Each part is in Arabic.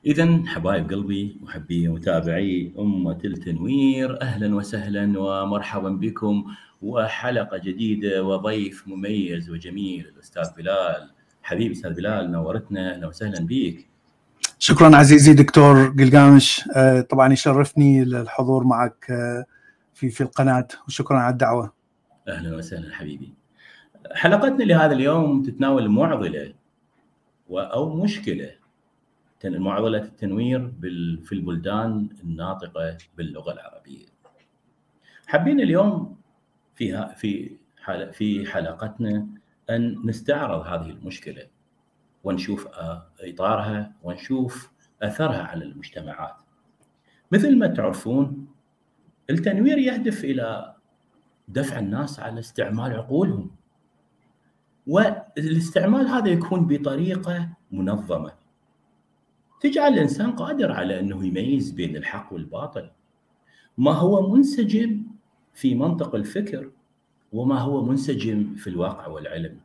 إذا حبايب قلبي محبي ومتابعي أمة التنوير، أهلا وسهلا ومرحبا بكم، وحلقة جديدة وضيف مميز وجميل الأستاذ بلال. حبيبي أستاذ بلال، نورتنا، أهلا وسهلا بك. شكرا عزيزي دكتور قلقامش، طبعا يشرفني الحضور معك في القناة، وشكرا على الدعوة. أهلا وسهلا حبيبي. حلقتنا لهذا اليوم تتناول معضلة أو مشكلة، معضلة التنوير في البلدان الناطقة باللغة العربية. حابين اليوم في حلقتنا أن نستعرض هذه المشكلة ونشوف إطارها ونشوف أثرها على المجتمعات. مثل ما تعرفون، التنوير يهدف إلى دفع الناس على استعمال عقولهم، والاستعمال هذا يكون بطريقة منظمة تجعل الإنسان قادر على أنه يميز بين الحق والباطل، ما هو منسجم في منطق الفكر وما هو منسجم في الواقع والعلم.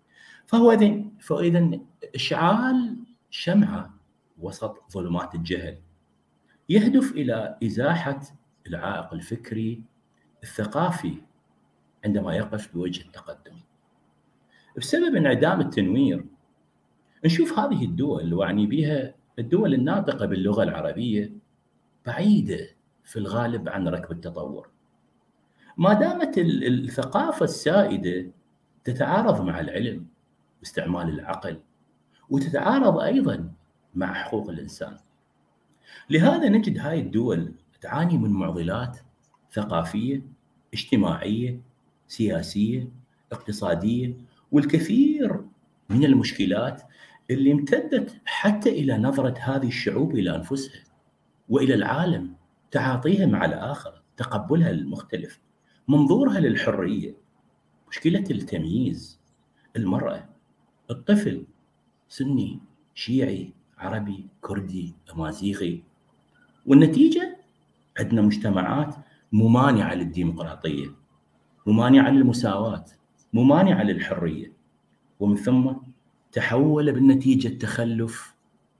فإذا إشعال شمعة وسط ظلمات الجهل يهدف إلى إزاحة العائق الفكري الثقافي عندما يقف بوجه التقدم. بسبب انعدام التنوير نشوف هذه الدول، اللي أعني بها الدول الناطقة باللغة العربية، بعيدة في الغالب عن ركب التطور، ما دامت الثقافة السائدة تتعارض مع العلم واستعمال العقل، وتتعارض أيضا مع حقوق الإنسان. لهذا نجد هاي الدول تعاني من معضلات ثقافية، اجتماعية، سياسية، اقتصادية، والكثير من المشكلات اللي امتدت حتى إلى نظرة هذه الشعوب إلى أنفسها وإلى العالم، تعاطيها مع الآخر، تقبلها للمختلف، منظورها للحرية، مشكلة التمييز، المرأة، الطفل، سني، شيعي، عربي، كردي، أمازيغي. والنتيجة عندنا مجتمعات ممانعة للديمقراطية، ممانعة للمساواة، ممانعة للحرية، ومن ثم تحول بالنتيجة التخلف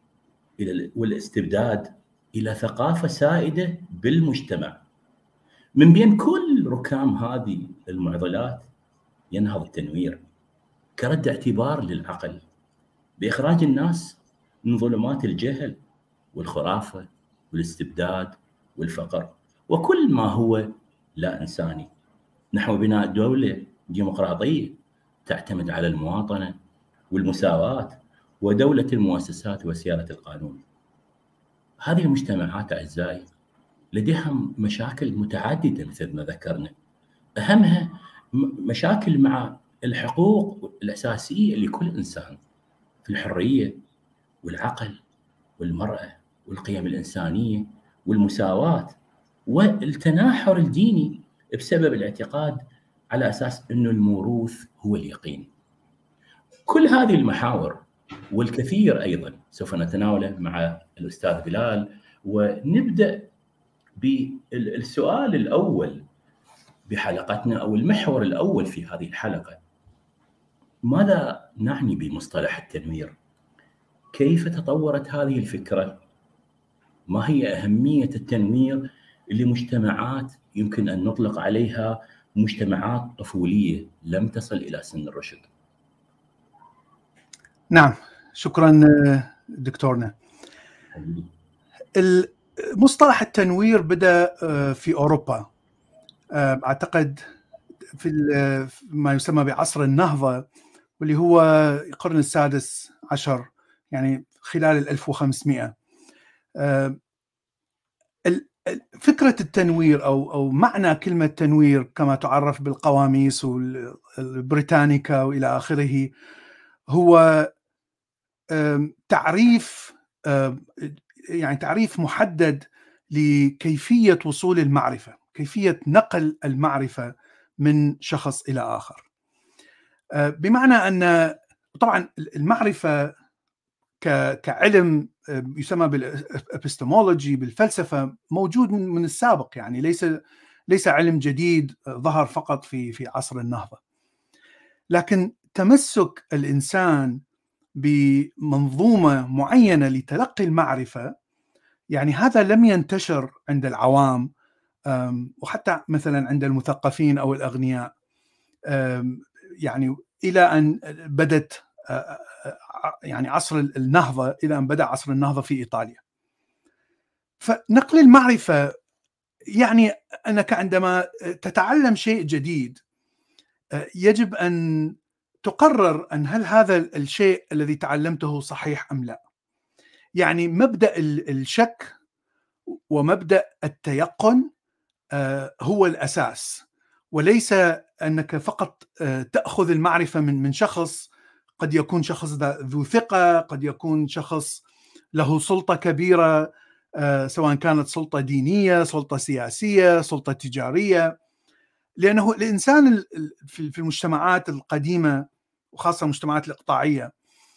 والاستبداد إلى ثقافة سائدة بالمجتمع. من بين كل ركام هذه المعضلات ينهض التنوير كرد اعتبار للعقل بإخراج الناس من ظلمات الجهل والخرافة والاستبداد والفقر وكل ما هو لا إنساني، نحو بناء دولة ديمقراطية تعتمد على المواطنة والمساواة ودولة المؤسسات وسيادة القانون. هذه المجتمعات أعزائي لديها مشاكل متعددة مثل ما ذكرنا، أهمها مشاكل مع الحقوق الأساسية لكل إنسان في الحرية والعقل والمرأة والقيم الإنسانية والمساواة، والتناحر الديني بسبب الاعتقاد على أساس أنه الموروث هو اليقين. كل هذه المحاور والكثير أيضا سوف نتناوله مع الأستاذ بلال، ونبدأ بالسؤال الأول بحلقتنا أو المحور الأول في هذه الحلقة: ماذا نعني بمصطلح التنوير؟ كيف تطورت هذه الفكرة؟ ما هي أهمية التنوير لمجتمعات يمكن أن نطلق عليها مجتمعات طفولية لم تصل إلى سن الرشد؟ نعم، شكرا دكتورنا. مصطلح التنوير بدأ في أوروبا، أعتقد في ما يسمى بعصر النهضة، واللي هو القرن السادس عشر، يعني خلال 1500. فكرة التنوير أو معنى كلمة تنوير كما تعرف بالقواميس والبريتانيكا وإلى آخره هو تعريف، يعني تعريف محدد لكيفية وصول المعرفة، كيفية نقل المعرفة من شخص إلى آخر. بمعنى أن طبعا المعرفة كعلم يسمى بالابستمولوجي بالفلسفة موجود من السابق، يعني ليس علم جديد ظهر فقط في عصر النهضة. لكن تمسك الإنسان بمنظومة معينة لتلقي المعرفة، يعني هذا لم ينتشر عند العوام وحتى مثلا عند المثقفين أو الأغنياء، يعني إلى أن بدت يعني عصر النهضة، إلى أن بدأ عصر النهضة في إيطاليا. فنقل المعرفة يعني أنك عندما تتعلم شيء جديد يجب أن تقرر أن هل هذا الشيء الذي تعلمته صحيح أم لا. يعني مبدأ الشك ومبدأ التيقن هو الأساس، وليس أنك فقط تأخذ المعرفة من شخص، قد يكون شخص ذو ثقة، قد يكون شخص له سلطة كبيرة، سواء كانت سلطة دينية، سلطة سياسية، سلطة تجارية. لأنه الإنسان في المجتمعات القديمة وخاصة المجتمعات الإقطاعية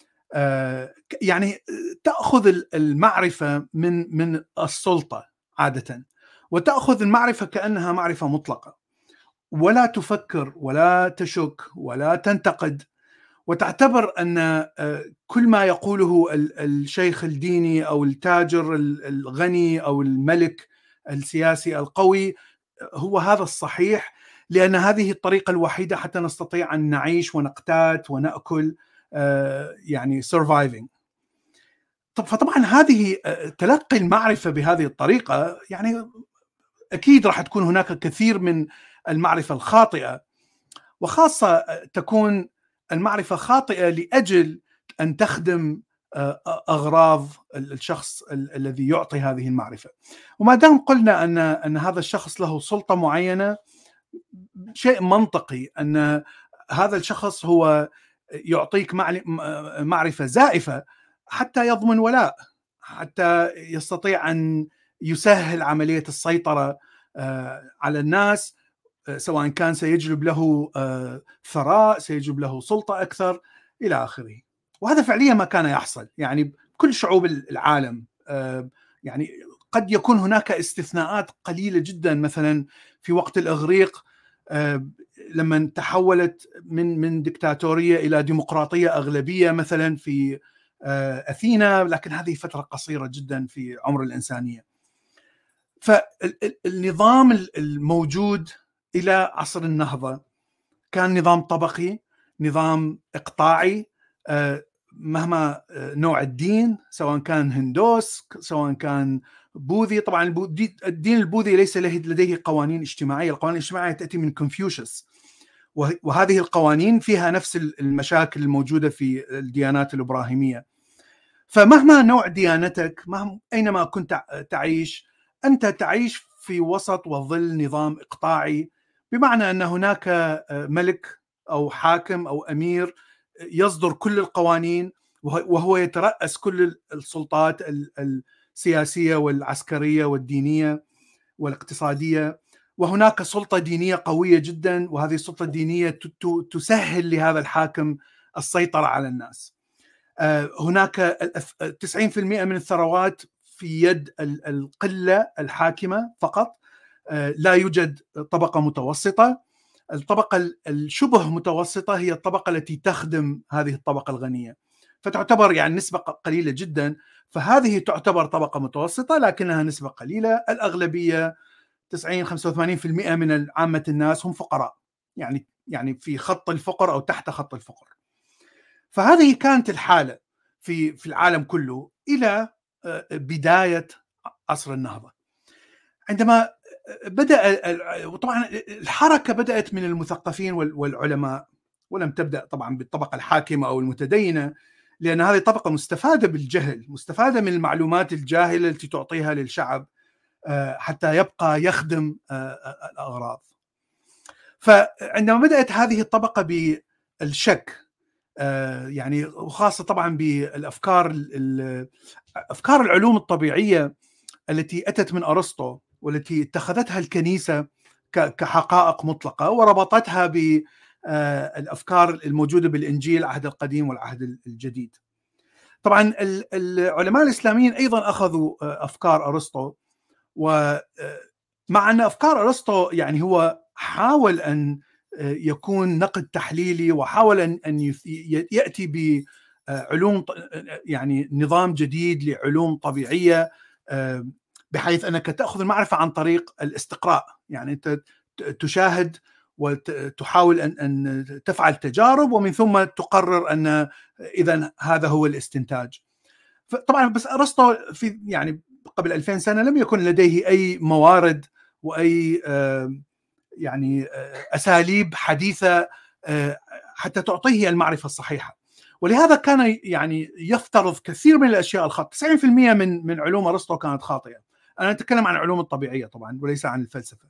يعني تأخذ المعرفة من السلطة عادة، وتأخذ المعرفة كأنها معرفة مطلقة، ولا تفكر ولا تشك ولا تنتقد، وتعتبر أن كل ما يقوله الشيخ الديني أو التاجر الغني أو الملك السياسي القوي هو هذا الصحيح، لأن هذه الطريقة الوحيدة حتى نستطيع أن نعيش ونقتات ونأكل، يعني surviving. فطبعا هذه تلقي المعرفة بهذه الطريقة يعني أكيد راح تكون هناك كثير من المعرفة الخاطئة، وخاصة تكون المعرفة خاطئة لأجل أن تخدم أغراض الشخص الذي يعطي هذه المعرفة. وما دام قلنا أن هذا الشخص له سلطة معينة، شيء منطقي أن هذا الشخص هو يعطيك معرفة زائفة حتى يضمن ولاء، حتى يستطيع أن يسهل عملية السيطرة على الناس، سواء كان سيجلب له ثراء، سيجلب له سلطة أكثر إلى آخره. وهذا فعليا ما كان يحصل يعني بكل شعوب العالم. يعني قد يكون هناك استثناءات قليلة جدا، مثلا في وقت الإغريق لما تحولت من ديكتاتورية إلى ديمقراطية أغلبية مثلا في أثينا، لكن هذه فترة قصيرة جدا في عمر الإنسانية. فالنظام الموجود إلى عصر النهضة كان نظام طبقي، نظام إقطاعي، مهما نوع الدين، سواء كان هندوس، سواء كان بوذي. طبعا الدين البوذي ليس لديه قوانين اجتماعية، القوانين الاجتماعية تأتي من كونفوشيوس، وهذه القوانين فيها نفس المشاكل الموجودة في الديانات الإبراهيمية. فمهما نوع ديانتك، أينما كنت تعيش، أنت تعيش في وسط وظل نظام إقطاعي، بمعنى أن هناك ملك أو حاكم أو أمير يصدر كل القوانين، وهو يترأس كل السلطات السياسية والعسكرية والدينية والاقتصادية. وهناك سلطة دينية قوية جدا، وهذه السلطة الدينية تسهل لهذا الحاكم السيطرة على الناس. هناك 90% من الثروات في يد القلة الحاكمة فقط، لا يوجد طبقة متوسطة. الطبقة الشبه متوسطة هي الطبقة التي تخدم هذه الطبقة الغنية، فتعتبر يعني نسبة قليلة جدا. فهذه تعتبر طبقة متوسطة لكنها نسبة قليلة. الأغلبية 90-85% من عامة الناس هم فقراء، يعني في خط الفقر أو تحت خط الفقر. فهذه كانت الحالة في العالم كله إلى بداية عصر النهضة، عندما بدأ. وطبعا الحركة بدأت من المثقفين والعلماء، ولم تبدأ طبعا بالطبقة الحاكمة أو المتدينة، لأن هذه طبقة مستفادة بالجهل، مستفادة من المعلومات الجاهلة التي تعطيها للشعب حتى يبقى يخدم الأغراض. فعندما بدأت هذه الطبقة بالشك، يعني وخاصة طبعا بالأفكار أفكار العلوم الطبيعية التي أتت من أرسطو، والتي اتخذتها الكنيسة كحقائق مطلقة، وربطتها بالأفكار الموجودة بالإنجيل العهد القديم والعهد الجديد. طبعا العلماء الإسلاميين أيضا أخذوا أفكار أرسطو، ومع أن أفكار أرسطو يعني هو حاول أن يكون نقد تحليلي، وحاول أن يأتي علوم يعني نظام جديد لعلوم طبيعية، بحيث أنك تأخذ المعرفة عن طريق الاستقراء. يعني أنت تشاهد وتحاول أن تفعل تجارب، ومن ثم تقرر أن إذا هذا هو الاستنتاج. طبعا بس أرسطو في يعني قبل 2000 سنة لم يكن لديه أي موارد وأي يعني أساليب حديثة حتى تعطيه المعرفة الصحيحة، ولهذا كان يعني يفترض كثير من الأشياء الخاطئة. 90% من علوم أرسطو كانت خاطئة. أنا أتكلم عن علوم الطبيعية طبعا وليس عن الفلسفة.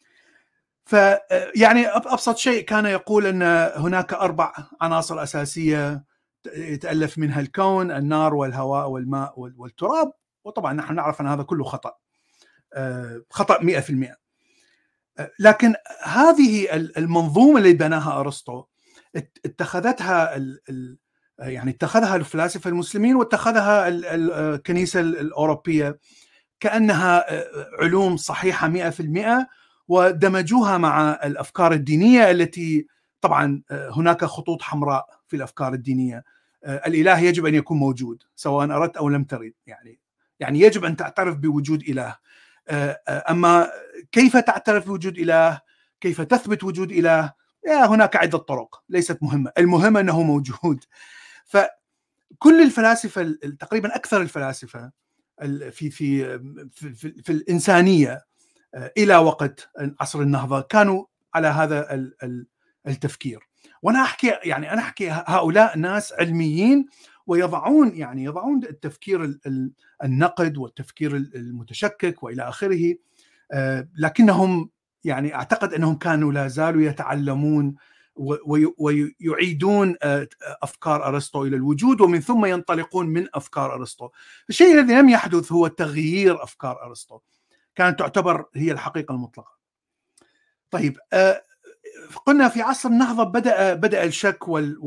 فيعني أبسط شيء كان يقول أن هناك 4 عناصر أساسية يتألف منها الكون: النار والهواء والماء والتراب. وطبعا نحن نعرف أن هذا كله خطأ 100%. لكن هذه المنظومة اللي بناها أرسطو اتخذها يعني اتخذها الفلاسفة المسلمين واتخذها الكنيسة الأوروبية كأنها علوم صحيحة 100%، ودمجوها مع الأفكار الدينية التي طبعا هناك خطوط حمراء في الأفكار الدينية. الإله يجب أن يكون موجود سواء أردت أو لم ترد، يعني يجب أن تعترف بوجود إله. أما كيف تعترف بوجود إله، كيف تثبت وجود إله، هناك عدة طرق ليست مهمة، المهم أنه موجود. فكل الفلاسفة تقريبا أكثر الفلاسفة في في في, في الإنسانية إلى وقت عصر النهضة كانوا على هذا التفكير. وأنا أحكي هؤلاء ناس علميين ويضعون التفكير النقد والتفكير المتشكك وإلى آخره، لكنهم يعني أعتقد أنهم كانوا لا زالوا يتعلمون ويعيدون أفكار أرسطو إلى الوجود، ومن ثم ينطلقون من أفكار أرسطو. الشيء الذي لم يحدث هو تغيير أفكار أرسطو، كانت تعتبر هي الحقيقة المطلقة. طيب، قلنا في عصر النهضة بدأ الشك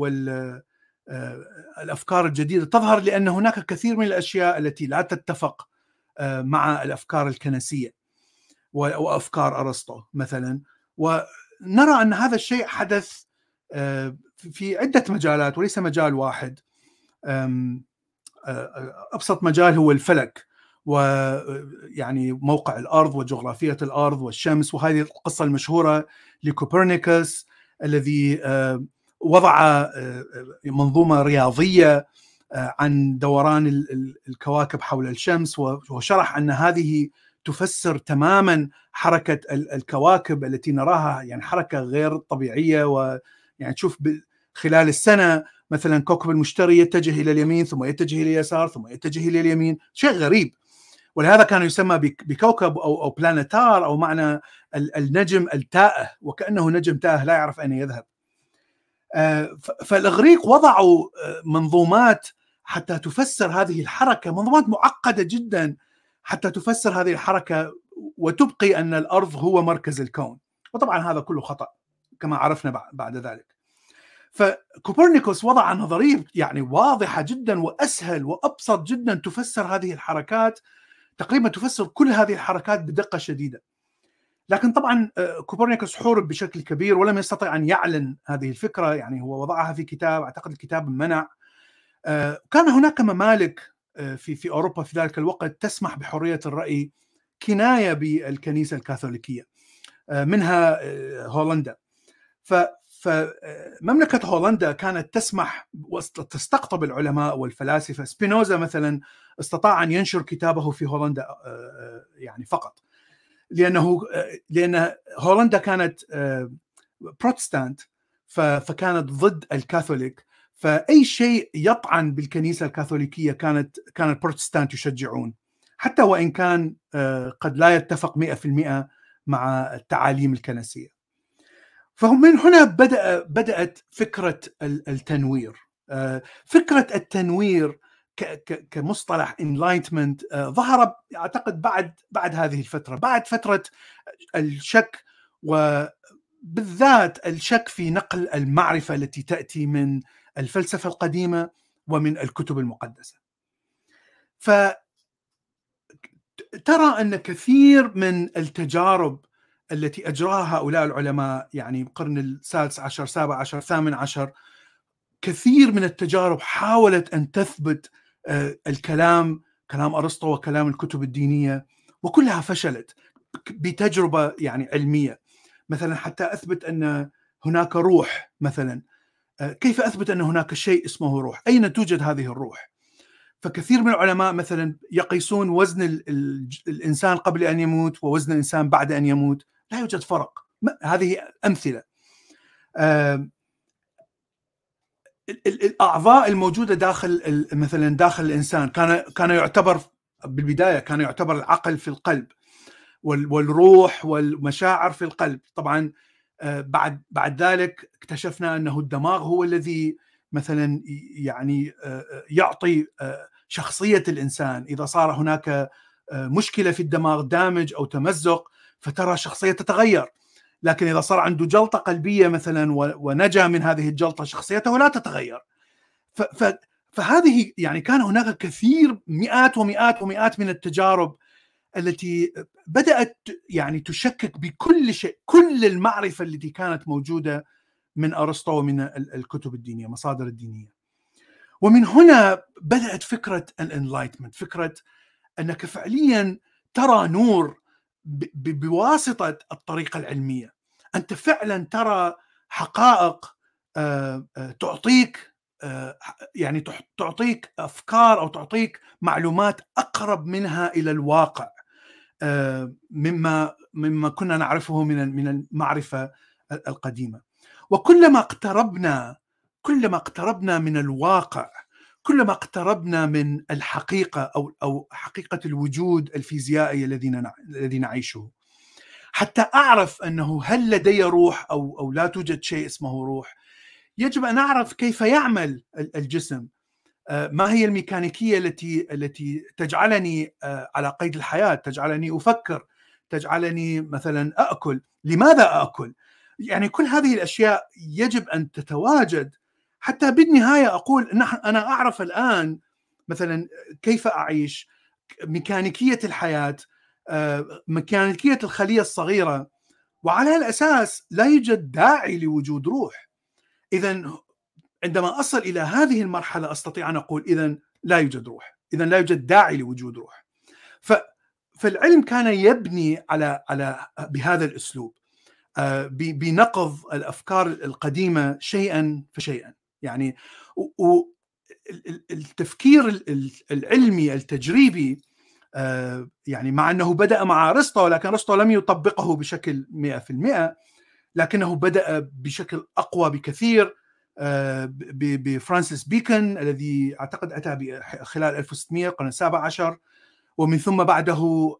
والأفكار الجديدة تظهر، لأن هناك كثير من الأشياء التي لا تتفق مع الأفكار الكنسية وأفكار أرسطو مثلا. ونرى أن هذا الشيء حدث في عدة مجالات وليس مجال واحد. أبسط مجال هو الفلك، ويعني موقع الأرض وجغرافية الأرض والشمس، وهذه القصة المشهورة لكوبرنيكوس الذي وضع منظومة رياضية عن دوران الكواكب حول الشمس، وشرح أن هذه تفسر تماما حركة الكواكب التي نراها، يعني حركة غير طبيعية. ويعني تشوف خلال السنة مثلا كوكب المشتري يتجه إلى اليمين ثم يتجه إلى اليسار ثم يتجه إلى اليمين، شيء غريب. ولهذا كان يسمى بكوكب أو بلانيتار، أو معنى النجم التائه، وكأنه نجم تائه لا يعرف أين يذهب. فالإغريق وضعوا منظومات حتى تفسر هذه الحركة، منظومات معقدة جدا حتى تفسر هذه الحركة وتبقي أن الأرض هو مركز الكون. وطبعا هذا كله خطأ كما عرفنا بعد ذلك. فكوبرنيكوس وضع نظرية يعني واضحة جدا وأسهل وأبسط جدا تفسر هذه الحركات، تقريبا تفسر كل هذه الحركات بدقة شديدة. لكن طبعا كوبرنيكوس حورب بشكل كبير ولم يستطع أن يعلن هذه الفكرة. يعني هو وضعها في كتاب، أعتقد الكتاب منع. كان هناك ممالك في أوروبا في ذلك الوقت تسمح بحرية الرأي كناية بالكنيسة الكاثوليكية، منها هولندا. فمملكة هولندا كانت تسمح وتستقطب العلماء والفلاسفة. سبينوزا مثلا استطاع أن ينشر كتابه في هولندا يعني فقط، لأن هولندا كانت بروتستانت، فكانت ضد الكاثوليك. فأي شيء يطعن بالكنيسة الكاثوليكية كانت بروتستانت يشجعون، حتى وإن كان قد لا يتفق 100% مع التعاليم الكنسية. فمن هنا بدأت فكرة التنوير. فكرة التنوير كمصطلح enlightenment ظهر أعتقد بعد هذه الفترة، بعد فترة الشك، وبالذات الشك في نقل المعرفة التي تأتي من الفلسفة القديمة ومن الكتب المقدسة. فترى أن كثير من التجارب التي أجراها هؤلاء العلماء، يعني القرن السادس عشر، 7 عشر، 8 عشر، كثير من التجارب حاولت أن تثبت الكلام، كلام أرسطو وكلام الكتب الدينية، وكلها فشلت بتجربة يعني علمية. مثلا حتى أثبت أن هناك روح مثلا، كيف أثبت أن هناك شيء اسمه روح؟ أين توجد هذه الروح؟ فكثير من العلماء مثلا يقيسون وزن الإنسان قبل أن يموت ووزن الإنسان بعد أن يموت، لا يوجد فرق. هذه أمثلة. الأعضاء الموجودة داخل مثلا داخل الإنسان كان يعتبر بالبداية كان يعتبر العقل في القلب، والروح والمشاعر في القلب. طبعا بعد ذلك اكتشفنا أنه الدماغ هو الذي مثلا يعني يعطي شخصية الإنسان. إذا صار هناك مشكلة في الدماغ، دامج أو تمزق، فترى شخصية تتغير. لكن إذا صار عنده جلطة قلبية مثلا ونجا من هذه الجلطة، شخصيته لا تتغير. فهذه يعني كان هناك كثير، مئات ومئات ومئات من التجارب التي بدأت يعني تشكك بكل شيء، كل المعرفة التي كانت موجودة من أرسطو ومن الكتب الدينية، مصادر الدينية. ومن هنا بدأت فكرة الانلايتمنت، فكرة أنك فعليا ترى نور بواسطة الطريقة العلمية. أنت فعلا ترى حقائق تعطيك يعني تعطيك أفكار أو تعطيك معلومات أقرب منها إلى الواقع مما كنا نعرفه من المعرفة القديمة. وكلما اقتربنا من الواقع، كلما اقتربنا من الحقيقة أو حقيقة الوجود الفيزيائي الذي نعيشه. حتى أعرف أنه هل لدي روح أو لا توجد شيء اسمه روح، يجب أن أعرف كيف يعمل الجسم، ما هي الميكانيكية التي تجعلني على قيد الحياة، تجعلني أفكر، تجعلني مثلا أأكل، لماذا أأكل. يعني كل هذه الأشياء يجب أن تتواجد حتى بالنهاية أقول أنا أعرف الآن مثلا كيف أعيش، ميكانيكية الحياة، ميكانيكية الخلية الصغيرة، وعلى الأساس لا يوجد داعي لوجود روح. إذن عندما أصل إلى هذه المرحلة أستطيع أن أقول إذن لا يوجد روح، إذن لا يوجد داعي لوجود روح. فالعلم كان يبني على بهذا الأسلوب، بنقض الأفكار القديمة شيئا فشيئا. يعني التفكير العلمي التجريبي يعني مع أنه بدأ مع أرسطو، لكن أرسطو لم يطبقه بشكل 100%، لكنه بدأ بشكل أقوى بكثير بفرانسيس بيكون الذي أعتقد أتى خلال 1600 القرن السابع عشر، ومن ثم بعده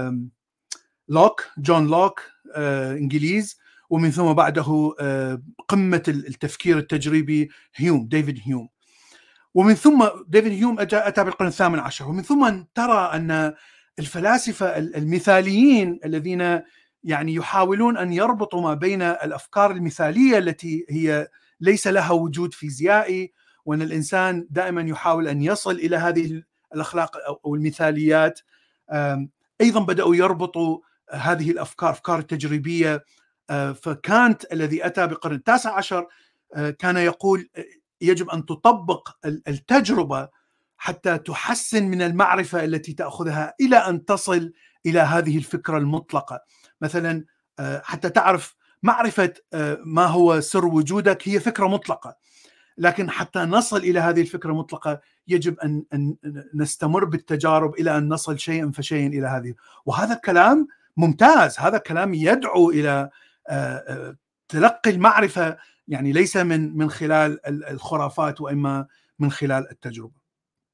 جون لوك إنجليز، ومن ثم بعده قمة التفكير التجريبي ديفيد هيوم، ومن ثم ديفيد هيوم أتى بالقرن الثامن عشر. ومن ثم ترى أن الفلاسفة المثاليين الذين يعني يحاولون أن يربطوا ما بين الأفكار المثالية التي هي ليس لها وجود فيزيائي، وأن الإنسان دائما يحاول أن يصل إلى هذه الأخلاق أو المثاليات، أيضا بدأوا يربطوا هذه الأفكار، أفكار تجريبية. فكانت الذي أتى بالقرن التاسع عشر كان يقول يجب أن تطبق التجربة حتى تحسن من المعرفة التي تأخذها إلى أن تصل إلى هذه الفكرة المطلقة. مثلا حتى تعرف معرفة ما هو سر وجودك هي فكرة مطلقة، لكن حتى نصل إلى هذه الفكرة المطلقة يجب أن نستمر بالتجارب إلى أن نصل شيئا فشيئا إلى هذه. وهذا كلام ممتاز، هذا كلام يدعو إلى تلقي المعرفة، يعني ليس من خلال الخرافات وإما من خلال التجربة.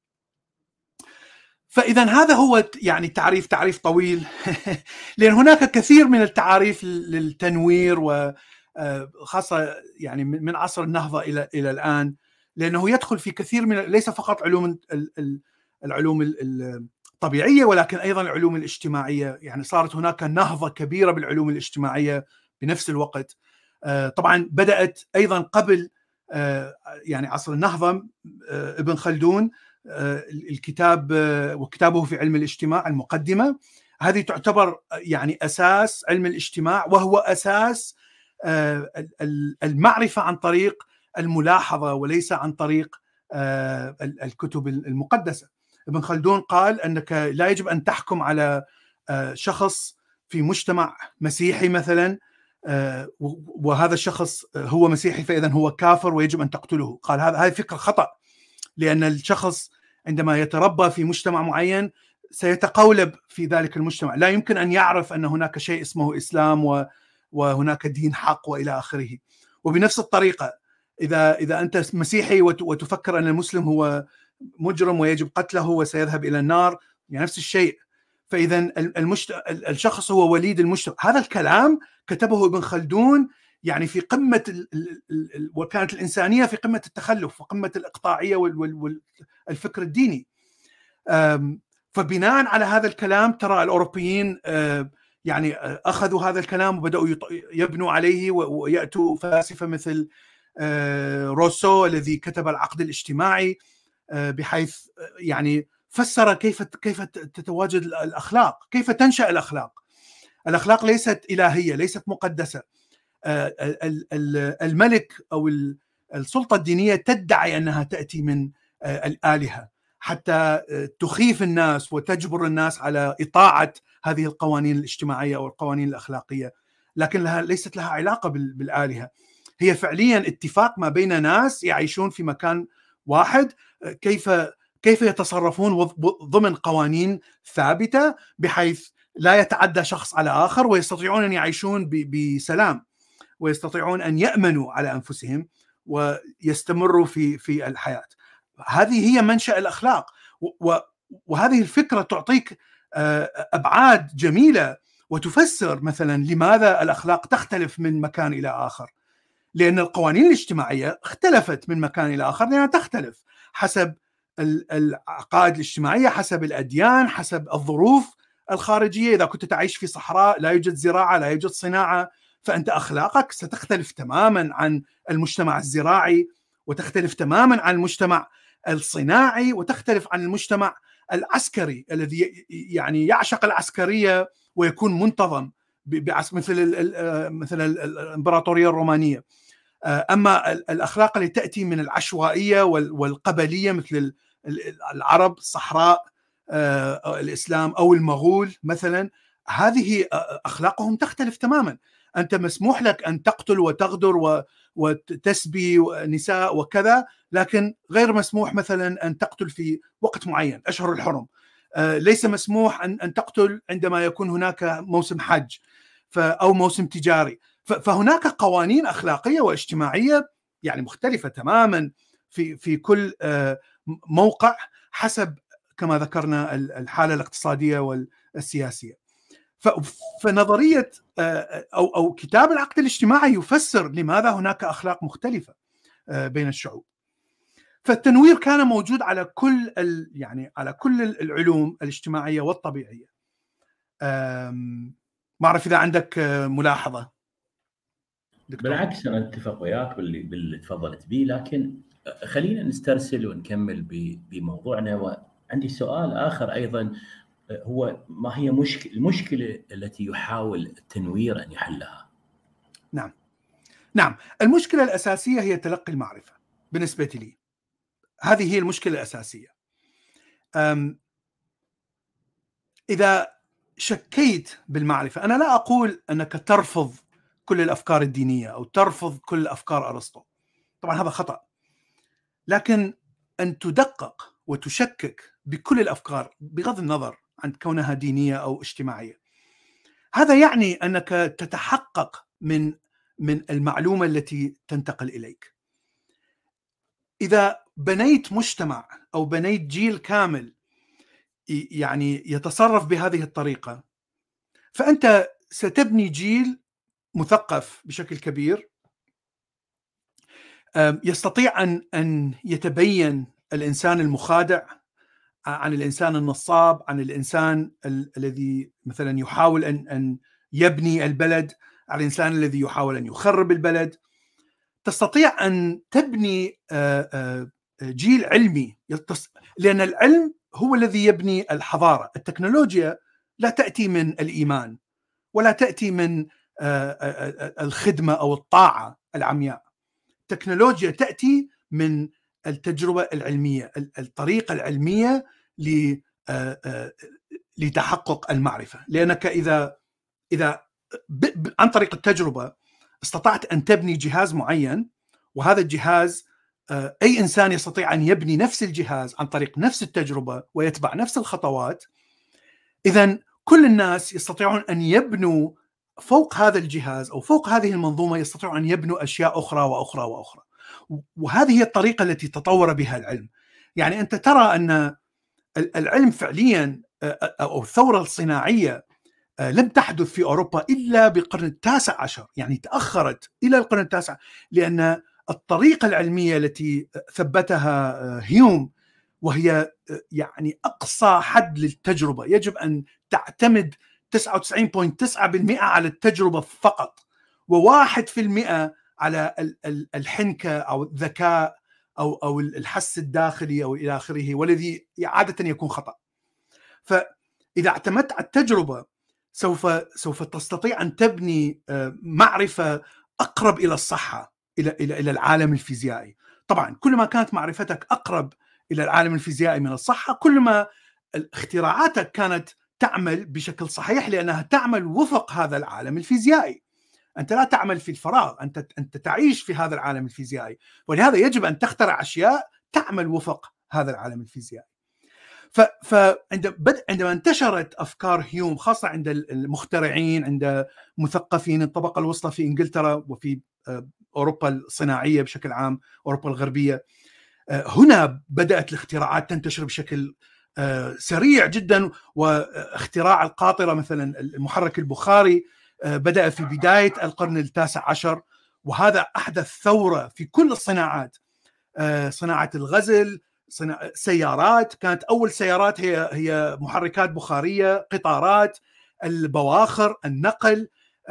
فإذا هذا هو يعني تعريف طويل لأن هناك كثير من التعاريف للتنوير، وخاصة يعني من عصر النهضة إلى الآن، لأنه يدخل في كثير من ليس فقط العلوم الطبيعية ولكن أيضا العلوم الاجتماعية. يعني صارت هناك نهضة كبيرة بالعلوم الاجتماعية بنفس الوقت. طبعا بدأت أيضا قبل يعني عصر النهضة ابن خلدون، الكتاب وكتابه في علم الاجتماع المقدمة، هذه تعتبر يعني أساس علم الاجتماع، وهو أساس المعرفة عن طريق الملاحظة وليس عن طريق الكتب المقدسة. ابن خلدون قال أنك لا يجب أن تحكم على شخص في مجتمع مسيحي مثلا وهذا الشخص هو مسيحي فإذا هو كافر ويجب أن تقتله. قال هذه فكرة خطأ، لأن الشخص عندما يتربى في مجتمع معين سيتقولب في ذلك المجتمع، لا يمكن أن يعرف أن هناك شيء اسمه إسلام وهناك دين حق وإلى آخره. وبنفس الطريقة إذا أنت مسيحي وتفكر أن المسلم هو مجرم ويجب قتله وسيذهب إلى النار، يعني نفس الشيء. فإذا الشخص هو وليد المجتمع. هذا الكلام كتبه ابن خلدون يعني في قمة وكانت الإنسانية في قمة التخلف وقمة الإقطاعية والفكر الديني. فبناء على هذا الكلام ترى الأوروبيين يعني أخذوا هذا الكلام وبدأوا يبنوا عليه ويأتوا فلاسفة مثل روسو الذي كتب العقد الاجتماعي، بحيث يعني فسر كيف تتواجد الأخلاق، كيف تنشأ الأخلاق. الأخلاق ليست إلهية، ليست مقدسة. الملك أو السلطة الدينية تدعي أنها تأتي من الآلهة حتى تخيف الناس وتجبر الناس على إطاعة هذه القوانين الاجتماعية أو القوانين الأخلاقية، لكن ليست لها علاقة بالآلهة. هي فعليا اتفاق ما بين ناس يعيشون في مكان واحد، كيف يتصرفون ضمن قوانين ثابتة بحيث لا يتعدى شخص على آخر، ويستطيعون أن يعيشون بسلام، ويستطيعون أن يأمنوا على أنفسهم ويستمروا في الحياة. هذه هي منشأ الأخلاق، وهذه الفكرة تعطيك أبعاد جميلة وتفسر مثلا لماذا الأخلاق تختلف من مكان إلى آخر. لأن القوانين الاجتماعية اختلفت من مكان إلى آخر لأنها تختلف حسب العقائد الاجتماعية، حسب الأديان، حسب الظروف الخارجية. إذا كنت تعيش في صحراء لا يوجد زراعة، لا يوجد صناعة، فأنت أخلاقك ستختلف تماما عن المجتمع الزراعي، وتختلف تماما عن المجتمع الصناعي، وتختلف عن المجتمع العسكري الذي يعني يعشق العسكرية ويكون منتظم مثل الإمبراطورية الرومانية. أما الأخلاق اللي تأتي من العشوائية والقبلية مثل العرب، الصحراء، الإسلام أو المغول مثلا، هذه أخلاقهم تختلف تماما. أنت مسموح لك أن تقتل وتغدر وتسبي نساء وكذا، لكن غير مسموح مثلا أن تقتل في وقت معين، أشهر الحرم. ليس مسموح أن تقتل عندما يكون هناك موسم حج أو موسم تجاري. فهناك قوانين أخلاقية واجتماعية يعني مختلفة تماما في كل موقع حسب كما ذكرنا الحالة الاقتصادية والسياسية. فنظرية أو كتاب العقد الاجتماعي يفسر لماذا هناك أخلاق مختلفة بين الشعوب. فالتنوير كان موجود على كل على كل العلوم الاجتماعية والطبيعية. ما أعرف إذا عندك ملاحظة دكتور. بالعكس أنا أتفق وياك باللي تفضلت به، لكن خلينا نسترسل ونكمل بموضوعنا. وعندي سؤال آخر أيضا، هو ما هي المشكلة التي يحاول التنوير أن يحلها؟ نعم، المشكلة الأساسية هي تلقي المعرفة. بالنسبة لي هذه هي المشكلة الأساسية. إذا شكيت بالمعرفة، أنا لا أقول أنك ترفض كل الأفكار الدينية أو ترفض كل أفكار أرسطو، طبعا هذا خطأ، لكن أن تدقق وتشكك بكل الأفكار بغض النظر عن كونها دينية أو اجتماعية، هذا يعني أنك تتحقق من المعلومة التي تنتقل إليك. إذا بنيت مجتمع أو بنيت جيل كامل يعني يتصرف بهذه الطريقة، فأنت ستبني جيل مثقف بشكل كبير، يستطيع أن يتبين الإنسان المخادع عن الإنسان النصاب، عن الإنسان الذي مثلا يحاول أن يبني البلد، عن الإنسان الذي يحاول أن يخرب البلد. تستطيع أن تبني جيل علمي، لأن العلم هو الذي يبني الحضارة. التكنولوجيا لا تأتي من الإيمان ولا تأتي من الخدمة أو الطاعة العمياء، التكنولوجيا تأتي من التجربة العلمية، الطريقة العلمية لتحقق المعرفة. لأنك إذا عن طريق التجربة استطعت أن تبني جهاز معين، وهذا الجهاز أي إنسان يستطيع أن يبني نفس الجهاز عن طريق نفس التجربة ويتبع نفس الخطوات، إذن كل الناس يستطيعون أن يبنوا فوق هذا الجهاز أو فوق هذه المنظومة، يستطيعون أن يبنوا أشياء أخرى وأخرى وأخرى. وهذه هي الطريقة التي تطور بها العلم. يعني أنت ترى أن العلم فعليا أو الثورة الصناعية لم تحدث في أوروبا إلا بالقرن التاسع عشر، يعني تأخرت إلى القرن التاسع، لأن الطريقة العلمية التي ثبتها هيوم، وهي يعني أقصى حد للتجربة، يجب أن تعتمد 99.9% على التجربة فقط، و1% على الحنكة أو الذكاء أو الحس الداخلي أو إلى آخره، والذي عادة يكون خطأ. فإذا اعتمدت على التجربة سوف تستطيع أن تبني معرفة أقرب إلى الصحة، إلى العالم الفيزيائي. طبعا كل ما كانت معرفتك أقرب إلى العالم الفيزيائي من الصحة، كل ما اختراعاتك كانت تعمل بشكل صحيح، لأنها تعمل وفق هذا العالم الفيزيائي. أنت لا تعمل في الفراغ، أنت تعيش في هذا العالم الفيزيائي، ولهذا يجب أن تخترع أشياء تعمل وفق هذا العالم الفيزيائي. عندما انتشرت أفكار هيوم، خاصة عند المخترعين، عند مثقفين الطبقة الوسطى في إنجلترا وفي أوروبا الصناعية بشكل عام، أوروبا الغربية، هنا بدأت الاختراعات تنتشر بشكل سريع جدا. واختراع القاطرة مثلا، المحرك البخاري، بدأ في بداية القرن التاسع عشر، وهذا أحدث ثورة في كل الصناعات. صناعة الغزل، سيارات، كانت أول سيارات هي محركات بخارية، قطارات، البواخر، النقل،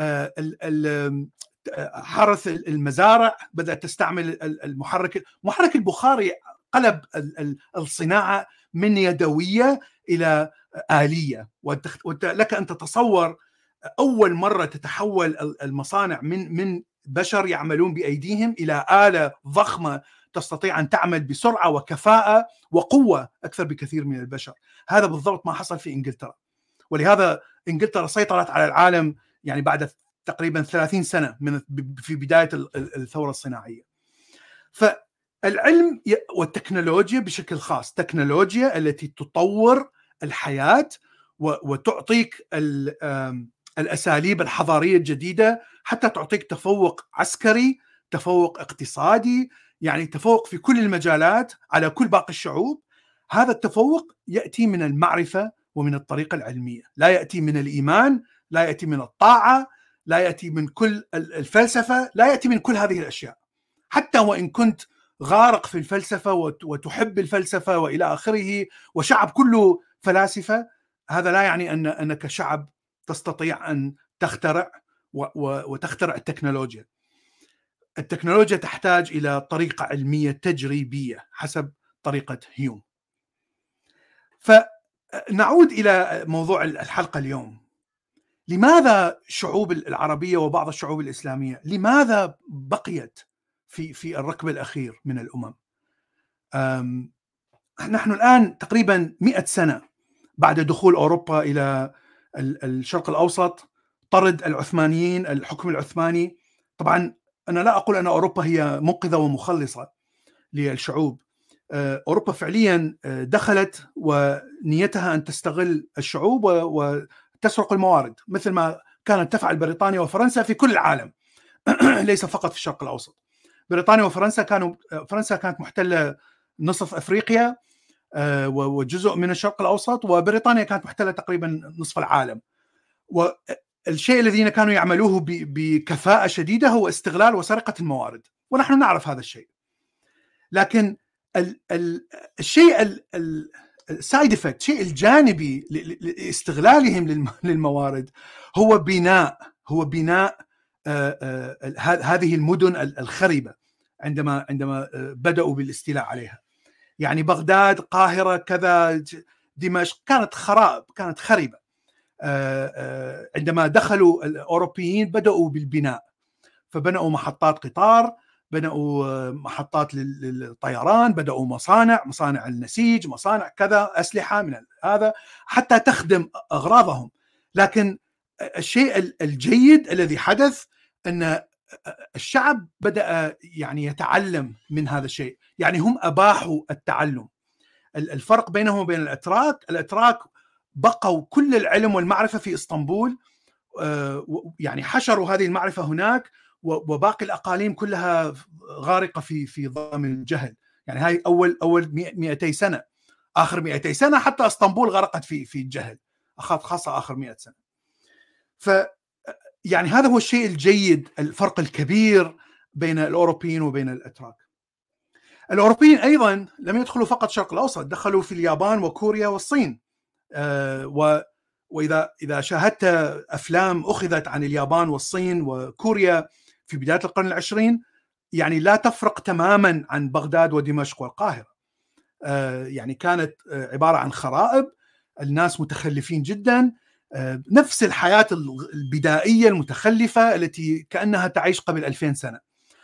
حرث المزارع بدأت تستعمل المحرك البخاري. قلب الصناعة من يدوية إلى آلية. لك أن تتصور أول مرة تتحول المصانع من بشر يعملون بأيديهم إلى آلة ضخمة تستطيع أن تعمل بسرعة وكفاءة وقوة أكثر بكثير من البشر. هذا بالضبط ما حصل في إنجلترا، ولهذا إنجلترا سيطرت على العالم يعني بعد تقريبا 30 سنة في بداية الثورة الصناعية. فالعلم والتكنولوجيا بشكل خاص، التكنولوجيا التي تطور الحياة وتعطيك الأساليب الحضارية الجديدة، حتى تعطيك تفوق عسكري، تفوق اقتصادي، يعني تفوق في كل المجالات على كل باقي الشعوب. هذا التفوق يأتي من المعرفة ومن الطريقة العلمية، لا يأتي من الإيمان، لا يأتي من الطاعة، لا يأتي من كل الفلسفة، لا يأتي من كل هذه الأشياء. حتى وإن كنت غارق في الفلسفة وتحب الفلسفة وإلى آخره، وشعب كله فلاسفة، هذا لا يعني أنك شعب تستطيع أن تخترع وتخترع التكنولوجيا. التكنولوجيا تحتاج إلى طريقة علمية تجريبية حسب طريقة هيوم. فنعود إلى موضوع الحلقة اليوم. لماذا الشعوب العربية وبعض الشعوب الإسلامية لماذا بقيت في الركب الأخير من الأمم؟ نحن الآن تقريبا 100 سنة بعد دخول أوروبا إلى الشرق الأوسط، طرد العثمانيين، الحكم العثماني. طبعا أنا لا أقول أن أوروبا هي منقذة ومخلصة للشعوب. أوروبا فعليا دخلت ونيتها أن تستغل الشعوب وتسرق الموارد، مثل ما كانت تفعل بريطانيا وفرنسا في كل العالم، ليس فقط في الشرق الأوسط. بريطانيا وفرنسا فرنسا كانت محتلة نصف أفريقيا وجزء من الشرق الأوسط، وبريطانيا كانت محتلة تقريبا نصف العالم. والشيء الذين كانوا يعملوه بكفاءة شديدة هو استغلال وسرقة الموارد، ونحن نعرف هذا الشيء. لكن الشيء السايد افكت، الشيء الجانبي لاستغلالهم للموارد، هو بناء هذه المدن الخربة عندما بدأوا بالاستيلاء عليها. يعني بغداد، قاهرة، كذا، دمشق كانت خربة. عندما دخلوا الأوروبيين بدأوا بالبناء، فبنوا محطات قطار، بنوا محطات للطيران، بدأوا مصانع النسيج، مصانع كذا، أسلحة من هذا حتى تخدم أغراضهم. لكن الشيء الجيد الذي حدث أن الشعب بدأ يعني يتعلم من هذا الشيء، يعني هم أباحوا التعلم. الفرق بينهم وبين الأتراك بقوا كل العلم والمعرفة في إسطنبول، يعني حشروا هذه المعرفة هناك، وباقي الأقاليم كلها غارقة في ظلام الجهل. يعني هاي أول 200 سنة، آخر 200 سنة حتى إسطنبول غرقت في الجهل، خاصة آخر 100 سنة. يعني هذا هو الشيء الجيد، الفرق الكبير بين الأوروبيين وبين الأتراك. الأوروبيين أيضا لم يدخلوا فقط الشرق الأوسط، دخلوا في اليابان وكوريا والصين. وإذا شاهدت أفلام أخذت عن اليابان والصين وكوريا في بداية القرن العشرين، يعني لا تفرق تماما عن بغداد ودمشق والقاهرة. يعني كانت عبارة عن خرائب، الناس متخلفين جدا، نفس الحياة البدائية المتخلفة التي كأنها تعيش قبل 2000 سنة.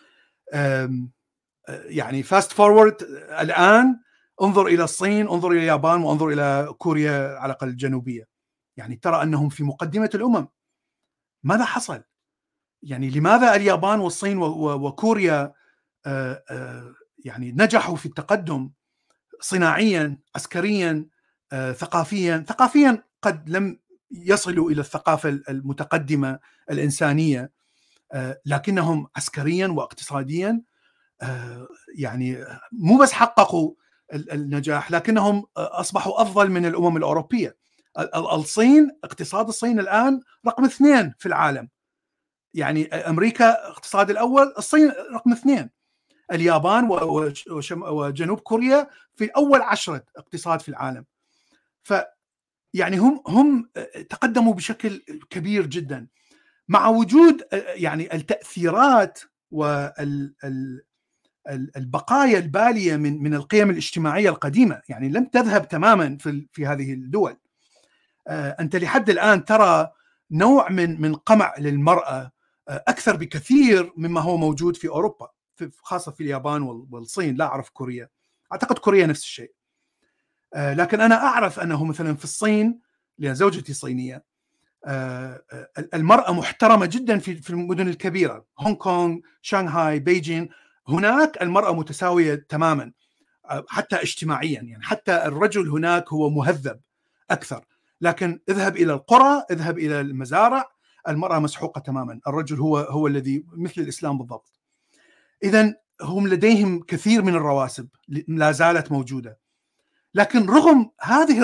يعني فاست فورورد الآن، انظر إلى الصين، انظر إلى اليابان، وانظر إلى كوريا على الأقل الجنوبية، يعني ترى أنهم في مقدمة الأمم. ماذا حصل؟ يعني لماذا اليابان والصين وكوريا يعني نجحوا في التقدم صناعيا، عسكريا، ثقافيا قد لم يصلوا إلى الثقافة المتقدمة الإنسانية، لكنهم عسكريا واقتصاديا يعني مو بس حققوا النجاح، لكنهم أصبحوا أفضل من الأمم الأوروبية. الصين، اقتصاد الصين الآن رقم 2 في العالم، يعني أمريكا اقتصاد الأول، الصين رقم 2. اليابان وجنوب كوريا في أول 10 اقتصاد في العالم. فيعني هم تقدموا بشكل كبير جدا، مع وجود يعني التأثيرات والبقايا البالية من القيم الاجتماعية القديمة، يعني لم تذهب تماما في هذه الدول. أنت لحد الآن ترى نوع من قمع للمرأة أكثر بكثير مما هو موجود في أوروبا، خاصة في اليابان والصين. لا أعرف كوريا، أعتقد كوريا نفس الشيء. لكن أنا أعرف أنه مثلا في الصين، لأن زوجتي صينية، المرأة محترمة جدا في المدن الكبيرة، هونغ كونغ، شانغهاي، بيجين. هناك المرأة متساوية تماما حتى اجتماعيا، يعني حتى الرجل هناك هو مهذب أكثر. لكن اذهب إلى القرى، اذهب إلى المزارع، المرأة مسحوقة تماما، الرجل هو الذي مثل الإسلام بالضبط. إذن هم لديهم كثير من الرواسب لا زالت موجودة. لكن رغم هذه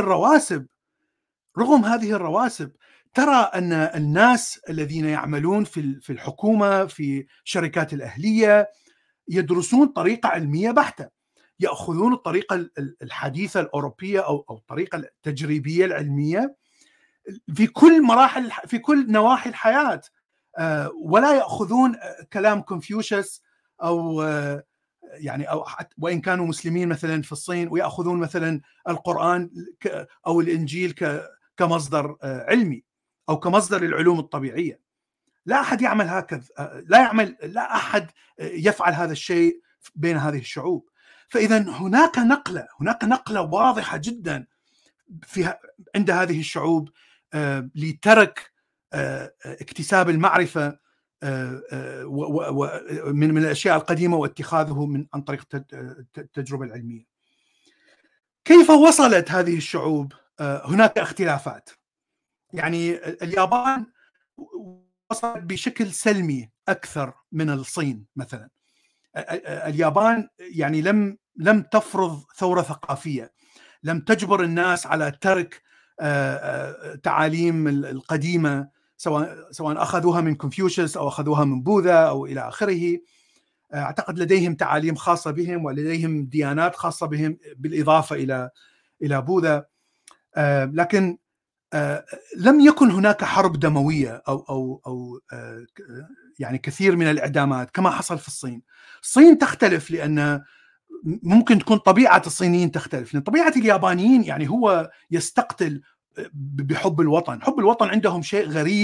الرواسب ترى أن الناس الذين يعملون في الحكومة، في شركات الأهلية، يدرسون طريقة علمية بحتة، يأخذون الطريقة الحديثة الأوروبية أو الطريقة التجريبية العلمية في كل نواحي الحياة، ولا يأخذون كلام كونفوشيوس أو يعني وإن كانوا مسلمين مثلا في الصين، ويأخذون مثلا القرآن أو الإنجيل كمصدر علمي أو كمصدر العلوم الطبيعية. لا أحد يعمل هكذا، لا أحد يفعل هذا الشيء بين هذه الشعوب. فإذا هناك نقلة واضحة جدا عند هذه الشعوب لترك اكتساب المعرفة من الأشياء القديمة واتخاذه عن طريق التجربة العلمية. كيف وصلت هذه الشعوب؟ هناك اختلافات. يعني اليابان وصلت بشكل سلمي أكثر من الصين مثلا. اليابان يعني لم تفرض ثورة ثقافية، لم تجبر الناس على ترك تعاليم القديمة، سواء أخذوها من كونفوشيوس أو أخذوها من بوذا أو إلى آخره. أعتقد لديهم تعاليم خاصة بهم ولديهم ديانات خاصة بهم بالإضافة إلى بوذا. لكن لم يكن هناك حرب دموية أو يعني كثير من الإعدامات كما حصل في الصين. الصين تختلف، لأن ممكن تكون طبيعة الصينيين تختلف، لأن طبيعة اليابانيين يعني هو يستقتل بحب الوطن. حب الوطن عندهم شيء غريب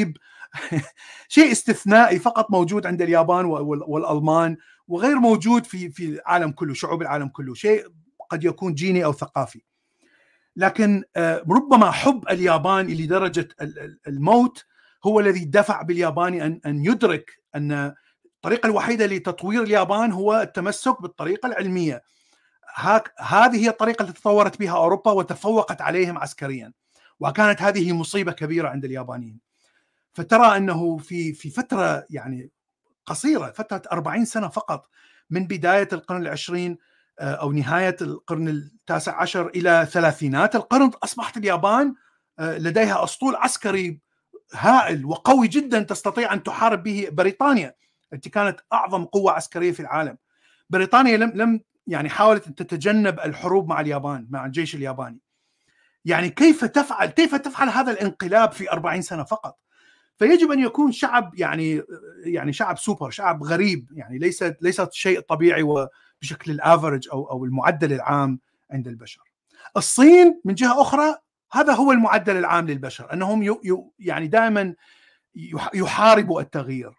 شيء استثنائي فقط موجود عند اليابان والألمان، وغير موجود في العالم كله، شعوب العالم كله، شيء قد يكون جيني أو ثقافي. لكن ربما حب اليابان لدرجة الموت هو الذي دفع بالياباني أن يدرك أن الطريقة الوحيدة لتطوير اليابان هو التمسك بالطريقة العلمية. هذه هي الطريقة التي تطورت بها أوروبا وتفوقت عليهم عسكريا، وكانت هذه مصيبة كبيرة عند اليابانيين. فترى أنه في فترة يعني قصيرة، فترة 40 سنة فقط، من بداية القرن العشرين أو نهاية القرن التاسع عشر إلى ثلاثينات القرن، أصبحت اليابان لديها أسطول عسكري هائل وقوي جدا تستطيع أن تحارب به بريطانيا التي كانت أعظم قوة عسكرية في العالم. بريطانيا لم يعني حاولت أن تتجنب الحروب مع اليابان، مع الجيش الياباني. يعني كيف تفعل هذا الانقلاب في 40 سنة فقط؟ فيجب أن يكون شعب يعني شعب سوبر، شعب غريب، يعني ليست شيء طبيعي وبشكل الافرج أو المعدل العام عند البشر. الصين من جهة أخرى هذا هو المعدل العام للبشر، أنهم يعني دائما يحاربوا التغيير.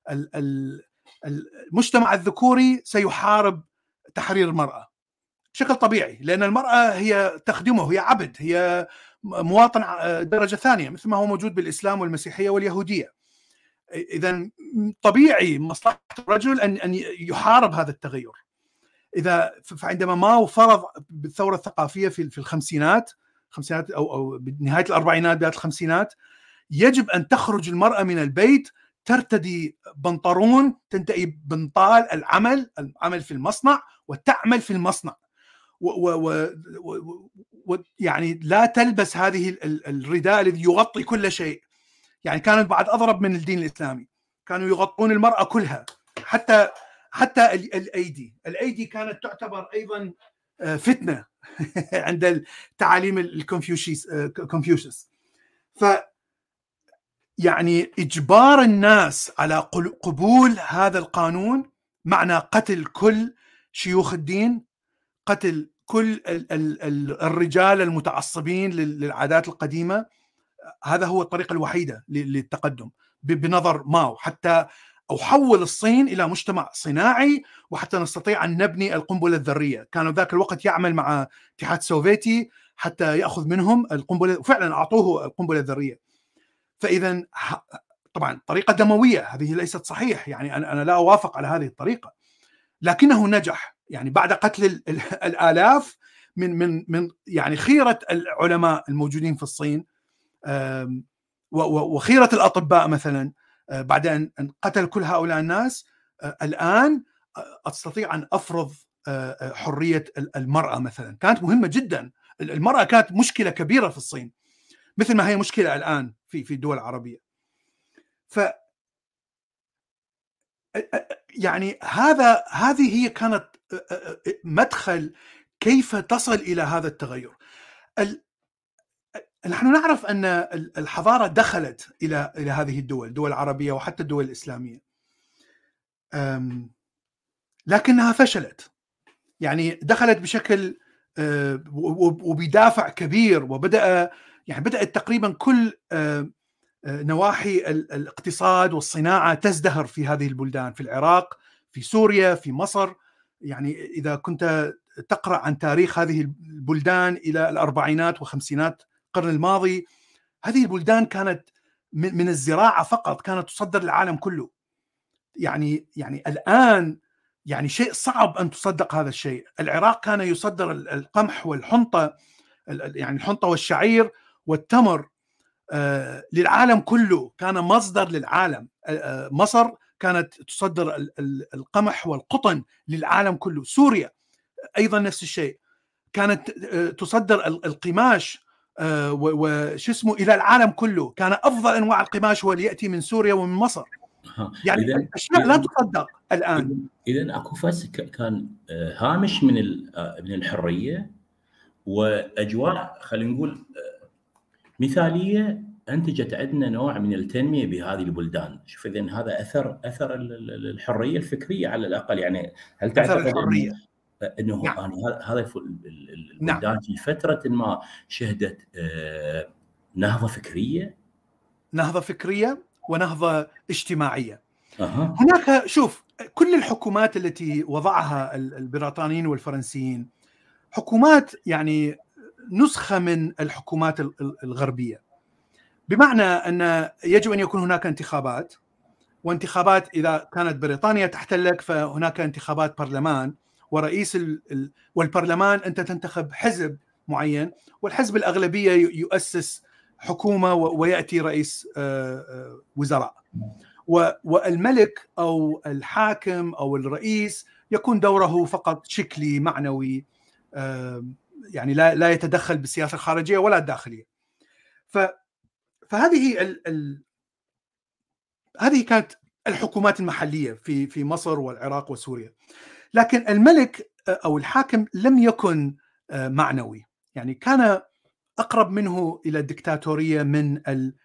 المجتمع الذكوري سيحارب تحرير المرأة بشكل طبيعي، لأن المرأة هي تخدمه، هي عبد، هي مواطن درجة ثانية، مثل ما هو موجود بالإسلام والمسيحية واليهودية. إذن طبيعي مصلحة الرجل أن يحارب هذا التغير. فعندما ماو فرض بالثورة الثقافية في الخمسينات أو بنهاية الأربعينات بداية الخمسينات، يجب أن تخرج المرأة من البيت ترتدي بنطلون، تنتهي بنطال العمل في المصنع وتعمل في المصنع، يعني لا تلبس هذه الرداء الذي يغطي كل شيء. يعني كانت بعد أضرب من الدين الإسلامي، كانوا يغطون المرأة كلها، حتى الأيدي كانت تعتبر أيضا فتنة عند التعاليم الكونفوشيوس. يعني إجبار الناس على قبول هذا القانون معنى قتل كل شيوخ الدين، قتل كل الرجال المتعصبين للعادات القديمة. هذا هو الطريقة الوحيدة للتقدم بنظر ماو، حتى أو حول الصين إلى مجتمع صناعي، وحتى نستطيع أن نبني القنبلة الذرية. كانوا ذاك الوقت يعمل مع الاتحاد السوفيتي حتى يأخذ منهم القنبلة، وفعلا أعطوه القنبلة الذرية. فإذا طبعا طريقة دموية، هذه ليست صحيح، يعني أنا لا أوافق على هذه الطريقة، لكنه نجح. يعني بعد قتل الآلاف من يعني خيرة العلماء الموجودين في الصين وخيرة الأطباء مثلا، بعد أن قتل كل هؤلاء الناس، الآن أستطيع أن أفرض حرية المرأة مثلا. كانت مهمة جدا، المرأة كانت مشكلة كبيرة في الصين مثل ما هي مشكلة الآن في الدول العربية. يعني هذه هي كانت مدخل كيف تصل إلى هذا التغير. نحن نعرف أن الحضارة دخلت إلى هذه الدول العربية وحتى الدول الإسلامية، لكنها فشلت. يعني دخلت بشكل وبدافع كبير، بدأت تقريبا كل نواحي الاقتصاد والصناعة تزدهر في هذه البلدان، في العراق، في سوريا، في مصر. يعني إذا كنت تقرأ عن تاريخ هذه البلدان إلى الأربعينات وخمسينات القرن الماضي، هذه البلدان كانت من الزراعة فقط كانت تصدر للعالم كله. يعني الآن يعني شيء صعب أن تصدق هذا الشيء. العراق كان يصدر القمح والحنطة، يعني الحنطة والشعير والتمر للعالم كله، كان مصدر للعالم. مصر كانت تصدر القمح والقطن للعالم كله. سوريا أيضا نفس الشيء، كانت تصدر القماش وش اسمه إلى العالم كله. كان أفضل أنواع القماش هو اللي يأتي من سوريا ومن مصر. يعني أشياء لا تصدق الآن. إذن أكو كان هامش من الحرية وأجواء خلينا نقول مثالية أنتجت عندنا نوع من التنمية بهذه البلدان. شوف إذن هذا أثر الحرية الفكرية على الأقل. يعني هل تعتقد أنه نعم. هذا البلدان في فترة ما شهدت نهضة فكرية؟ نهضة فكرية ونهضة اجتماعية. هناك شوف كل الحكومات التي وضعها البريطانيين والفرنسيين حكومات يعني نسخة من الحكومات الغربية، بمعنى أن يجب أن يكون هناك انتخابات، وانتخابات إذا كانت بريطانيا تحتلك فهناك انتخابات برلمان ورئيس والبرلمان أنت تنتخب حزب معين، والحزب الأغلبية يؤسس حكومة ويأتي رئيس وزراء، والملك أو الحاكم أو الرئيس يكون دوره فقط شكلي معنوي، يعني لا يتدخل بالسياسة الخارجية ولا الداخلية. فهذه هذه كانت الحكومات المحلية في مصر والعراق وسوريا. لكن الملك أو الحاكم لم يكن معنوي، يعني كان أقرب منه إلى الدكتاتورية من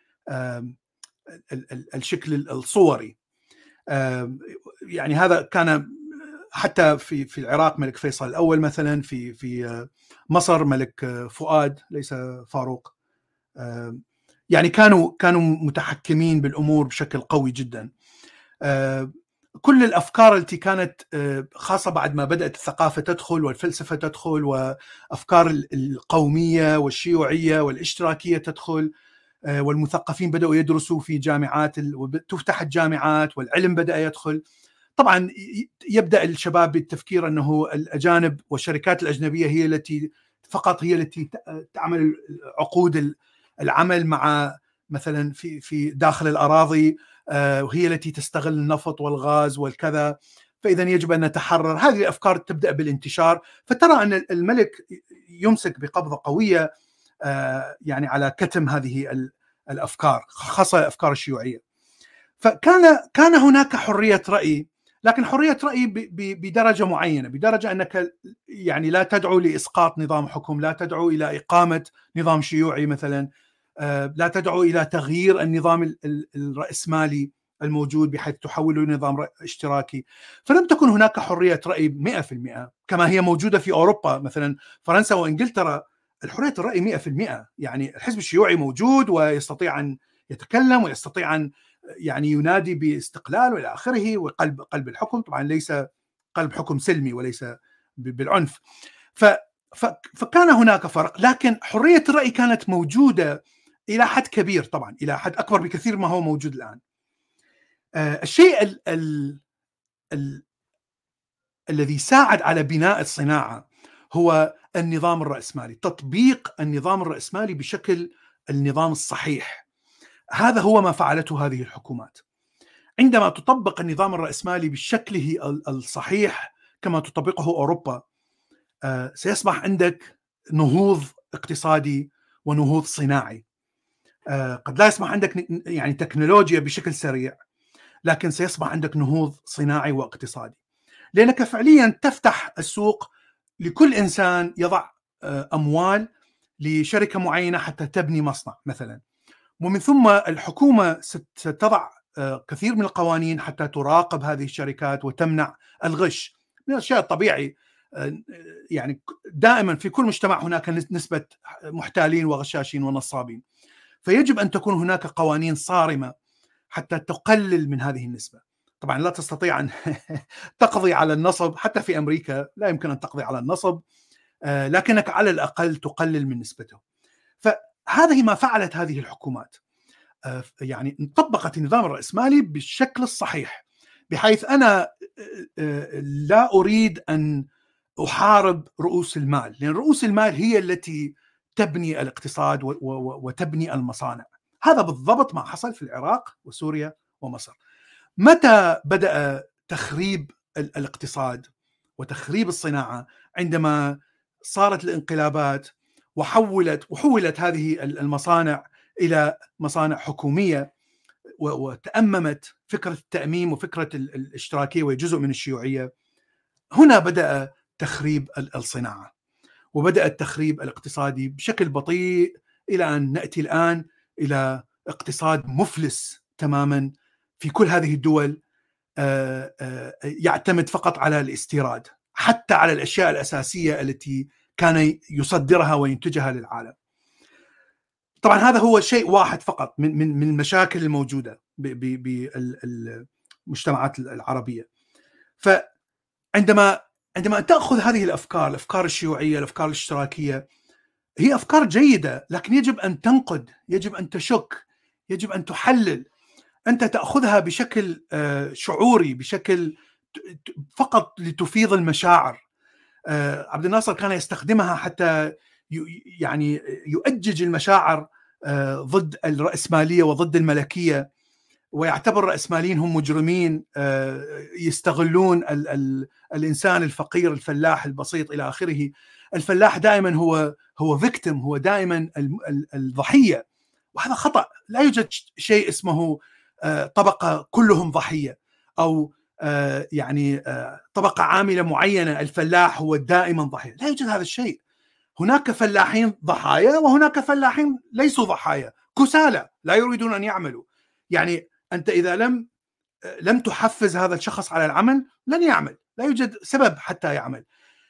الشكل الصوري. يعني هذا كان حتى في العراق ملك فيصل الأول مثلا، في مصر ملك فؤاد ليس فاروق. يعني كانوا متحكمين بالأمور بشكل قوي جدا. كل الأفكار التي كانت خاصة بعد ما بدأت الثقافة تدخل والفلسفة تدخل وأفكار القومية والشيوعية والاشتراكية تدخل، والمثقفين بدأوا يدرسوا في جامعات وتفتح الجامعات والعلم بدأ يدخل. طبعا يبدأ الشباب بالتفكير أنه الأجانب والشركات الأجنبية هي التي تعمل عقود العمل مع مثلا في داخل الأراضي، وهي التي تستغل النفط والغاز والكذا، فإذا يجب أن نتحرر. هذه الأفكار تبدأ بالانتشار، فترى أن الملك يمسك بقبضة قوية يعني على كتم هذه الأفكار، خاصة الأفكار الشيوعية. فكان هناك حرية رأي، لكن حرية رأي بدرجة معينة، بدرجة أنك يعني لا تدعو لإسقاط نظام حكم، لا تدعو إلى إقامة نظام شيوعي مثلا، لا تدعو إلى تغيير النظام الرأسمالي الموجود بحيث تحوله نظام اشتراكي. فلم تكن هناك حرية رأي 100% كما هي موجودة في أوروبا، مثلا فرنسا وإنجلترا الحرية الرأي 100%، يعني الحزب الشيوعي موجود ويستطيع أن يتكلم ويستطيع أن يعني ينادي باستقلال وإلى آخره، وقلب الحكم طبعا ليس قلب حكم سلمي وليس بالعنف. فكان هناك فرق، لكن حرية الرأي كانت موجودة إلى حد كبير، طبعا إلى حد أكبر بكثير ما هو موجود الآن. الشيء الذي ساعد على بناء الصناعة هو النظام الرأسمالي، تطبيق النظام الرأسمالي بشكل النظام الصحيح. هذا هو ما فعلته هذه الحكومات. عندما تطبق النظام الرأسمالي بشكله الصحيح كما تطبقه أوروبا، سيصبح عندك نهوض اقتصادي ونهوض صناعي. قد لا يصبح عندك يعني تكنولوجيا بشكل سريع، لكن سيصبح عندك نهوض صناعي واقتصادي، لأنك فعليا تفتح السوق لكل إنسان يضع أموال لشركة معينة حتى تبني مصنع مثلا، ومن ثم الحكومة ستضع كثير من القوانين حتى تراقب هذه الشركات وتمنع الغش. من الأشياء الطبيعي، يعني دائما في كل مجتمع هناك نسبة محتالين وغشاشين ونصابين، فيجب أن تكون هناك قوانين صارمة حتى تقلل من هذه النسبة. طبعا لا تستطيع أن تقضي على النصب، حتى في أمريكا لا يمكن أن تقضي على النصب، لكنك على الأقل تقلل من نسبته. فهذه ما فعلت هذه الحكومات، يعني طبقت النظام الرأسمالي بالشكل الصحيح، بحيث أنا لا أريد أن أحارب رؤوس المال، لأن رؤوس المال هي التي تبني الاقتصاد وتبني المصانع. هذا بالضبط ما حصل في العراق وسوريا ومصر. متى بدأ تخريب الاقتصاد وتخريب الصناعة؟ عندما صارت الانقلابات وحولت هذه المصانع إلى مصانع حكومية، وتأممت فكرة التأميم وفكرة الاشتراكية وجزء من الشيوعية. هنا بدأ تخريب الصناعة وبدأ التخريب الاقتصادي بشكل بطيء، إلى أن نأتي الآن إلى اقتصاد مفلس تماما في كل هذه الدول، يعتمد فقط على الاستيراد، حتى على الأشياء الأساسية التي كان يصدرها وينتجها للعالم. طبعا هذا هو شيء واحد فقط من المشاكل الموجودة بالمجتمعات العربية. فعندما تأخذ هذه الأفكار الشيوعية، الأفكار الاشتراكية، هي أفكار جيدة، لكن يجب أن تنقد، يجب أن تشك، يجب أن تحلل. أنت تأخذها بشكل شعوري، بشكل فقط لتفيض المشاعر. عبد الناصر كان يستخدمها حتى يعني يؤجج المشاعر ضد الرأسمالية وضد الملكية، ويعتبر الرأسماليين هم مجرمين يستغلون الإنسان الفقير الفلاح البسيط إلى آخره. الفلاح دائما هو فيكتيم، هو دائما الضحية، وهذا خطأ. لا يوجد شيء اسمه طبقة كلهم ضحية، أو يعني طبقة عاملة معينة الفلاح هو دائما ضحية. لا يوجد هذا الشيء. هناك فلاحين ضحايا وهناك فلاحين ليسوا ضحايا، كسالى لا يريدون أن يعملوا. يعني أنت إذا لم تحفز هذا الشخص على العمل لن يعمل، لا يوجد سبب حتى يعمل.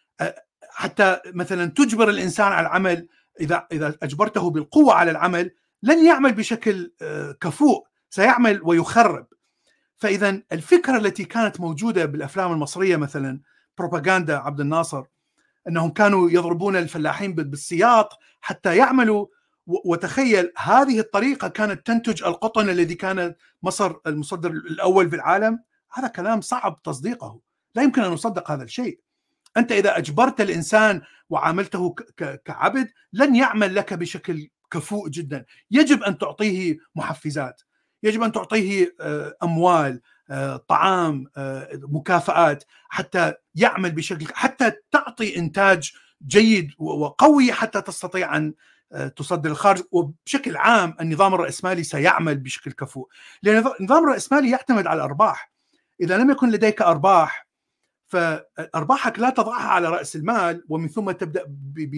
حتى مثلا تجبر الإنسان على العمل، إذا أجبرته بالقوة على العمل لن يعمل بشكل كفؤ، سيعمل ويخرب. فإذا الفكرة التي كانت موجودة بالأفلام المصرية، مثلا بروباغندا عبد الناصر، أنهم كانوا يضربون الفلاحين بالسياط حتى يعملوا، وتخيل هذه الطريقة كانت تنتج القطن الذي كان مصر المصدر الأول في العالم. هذا كلام صعب تصديقه، لا يمكن أن نصدق هذا الشيء. أنت إذا أجبرت الإنسان وعاملته كعبد لن يعمل لك بشكل كفؤ جدا. يجب أن تعطيه محفزات، يجب أن تعطيه أموال، طعام، مكافآت، حتى يعمل بشكل، حتى تعطي إنتاج جيد وقوي حتى تستطيع أن تصدر الخارج. وبشكل عام النظام الرأسمالي سيعمل بشكل كفؤ، لأن النظام الرأسمالي يعتمد على الأرباح. إذا لم يكن لديك أرباح، فأرباحك لا تضعها على رأس المال ومن ثم تبدأ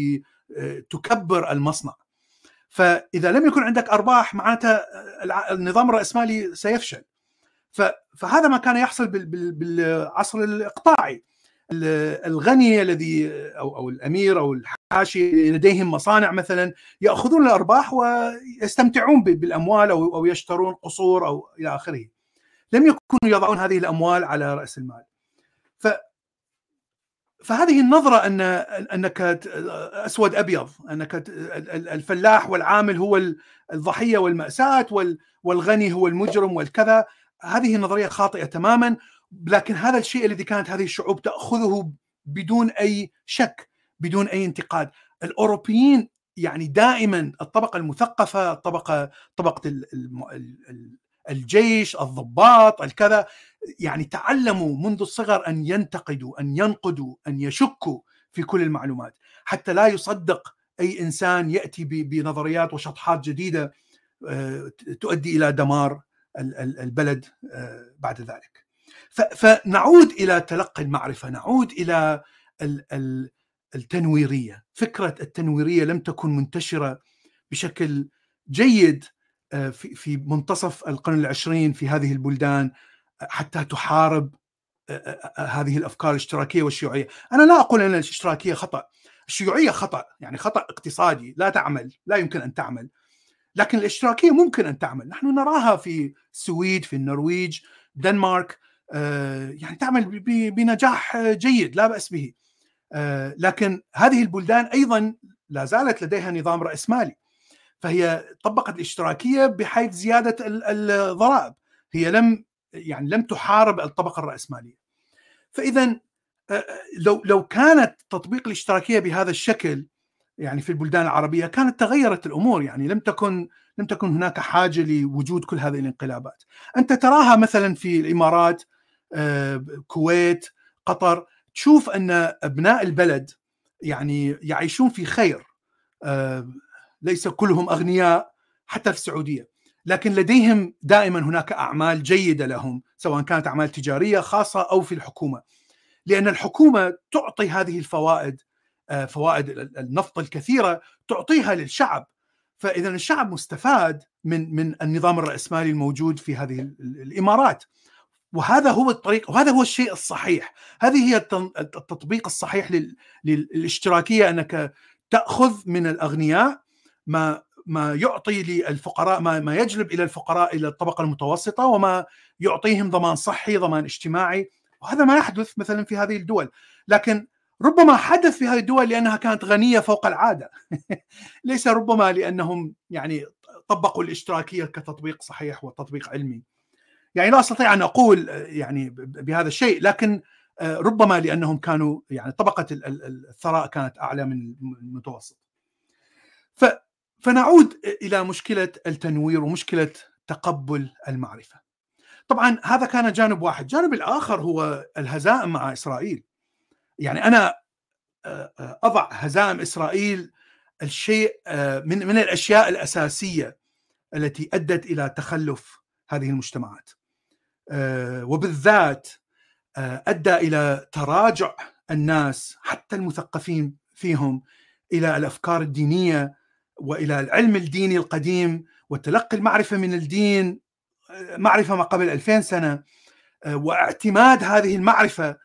تكبر المصنع. فإذا لم يكن عندك أرباح معناته النظام الرأسمالي سيفشل. فهذا ما كان يحصل بالعصر الإقطاعي. الغني الذي أو الأمير أو الحاشي لديهم مصانع مثلا يأخذون الأرباح ويستمتعون بالأموال أو يشترون قصور أو إلى آخره. لم يكونوا يضعون هذه الأموال على رأس المال. فهذه النظرة أنك أسود أبيض، أنك الفلاح والعامل هو الضحية والمأساة والغني هو المجرم والكذا، هذه النظرية خاطئة تماما. لكن هذا الشيء الذي كانت هذه الشعوب تأخذه بدون أي شك، بدون أي انتقاد. الأوروبيين يعني دائما الطبقة المثقفة، طبقة الجيش، الضباط، الكذا، يعني تعلموا منذ الصغر أن ينتقدوا، أن ينقدوا، أن يشكوا في كل المعلومات، حتى لا يصدق أي إنسان يأتي بنظريات وشطحات جديدة تؤدي إلى دمار البلد بعد ذلك. فنعود إلى تلقي المعرفة، نعود إلى التنويرية. فكرة التنويرية لم تكن منتشرة بشكل جيد في منتصف القرن العشرين في هذه البلدان حتى تحارب هذه الأفكار الاشتراكية والشيوعية. أنا لا أقول أن الاشتراكية خطأ، الشيوعية خطأ، يعني خطأ اقتصادي، لا تعمل، لا يمكن أن تعمل. لكن الاشتراكية ممكن أن تعمل. نحن نراها في السويد، في النرويج، دنمارك، يعني تعمل بنجاح جيد لا بأس به. لكن هذه البلدان أيضا لا زالت لديها نظام رأسمالي، فهي طبقت الاشتراكية بحيث زيادة الضرائب. هي لم تحارب الطبقة الرأسمالية. فإذا لو كانت تطبيق الاشتراكية بهذا الشكل يعني في البلدان العربية كانت تغيرت الأمور، يعني لم تكن هناك حاجة لوجود كل هذه الانقلابات. أنت تراها مثلا في الإمارات، كويت، قطر، تشوف أن أبناء البلد يعني يعيشون في خير. ليس كلهم أغنياء، حتى في السعودية، لكن لديهم دائما هناك أعمال جيدة لهم، سواء كانت أعمال تجارية خاصة أو في الحكومة، لأن الحكومة تعطي هذه الفوائد، فوائد النفط الكثيرة تعطيها للشعب. فإذا الشعب مستفاد من النظام الرأسمالي الموجود في هذه الإمارات. وهذا هو الطريق، وهذا هو الشيء الصحيح. هذه هي التطبيق الصحيح للاشتراكية، أنك تأخذ من الأغنياء ما يعطي للفقراء، ما يجلب إلى الفقراء إلى الطبقة المتوسطة، وما يعطيهم ضمان صحي، ضمان اجتماعي. وهذا ما يحدث مثلا في هذه الدول، لكن ربما حدث في هذه الدول لأنها كانت غنية فوق العادة ليس ربما لأنهم يعني طبقوا الاشتراكية كتطبيق صحيح وتطبيق علمي. يعني لا أستطيع أن أقول يعني بهذا الشيء، لكن ربما لأنهم كانوا يعني طبقة الثراء كانت أعلى من المتوسط. فنعود إلى مشكلة التنوير ومشكلة تقبل المعرفة. طبعا هذا كان جانب واحد. الجانب الآخر هو الهزائم مع إسرائيل. يعني أنا أضع هزائم إسرائيل الشيء من الأشياء الأساسية التي أدت إلى تخلف هذه المجتمعات، وبالذات أدى إلى تراجع الناس حتى المثقفين فيهم إلى الأفكار الدينية وإلى العلم الديني القديم وتلقي المعرفة من الدين، معرفة ما قبل 2000 سنة، واعتماد هذه المعرفة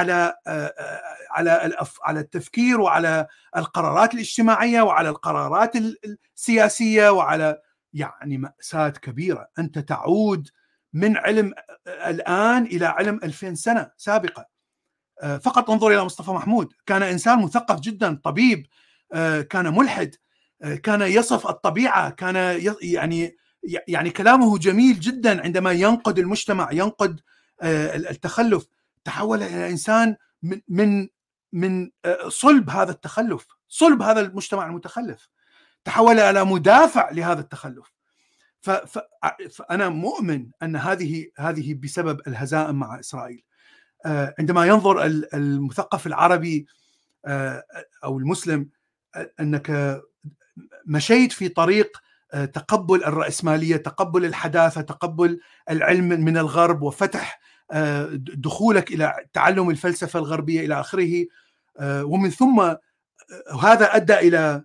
على التفكير وعلى القرارات الاجتماعية وعلى القرارات السياسية، وعلى يعني مأساة كبيرة. أنت تعود من علم الآن إلى علم 2000 سنة سابقة. فقط انظر إلى مصطفى محمود، كان إنسان مثقف جدا، طبيب، كان ملحد، كان يصف الطبيعة، كان يعني كلامه جميل جدا عندما ينقد المجتمع، ينقد التخلف. تحول إلى إنسان من صلب هذا التخلف، صلب هذا المجتمع المتخلف، تحول إلى مدافع لهذا التخلف. فأنا مؤمن أن هذه بسبب الهزائم مع إسرائيل. عندما ينظر المثقف العربي أو المسلم أنك مشيت في طريق تقبل الرأسمالية، تقبل الحداثة، تقبل العلم من الغرب، وفتح دخولك إلى تعلم الفلسفة الغربية إلى آخره، ومن ثم هذا أدى إلى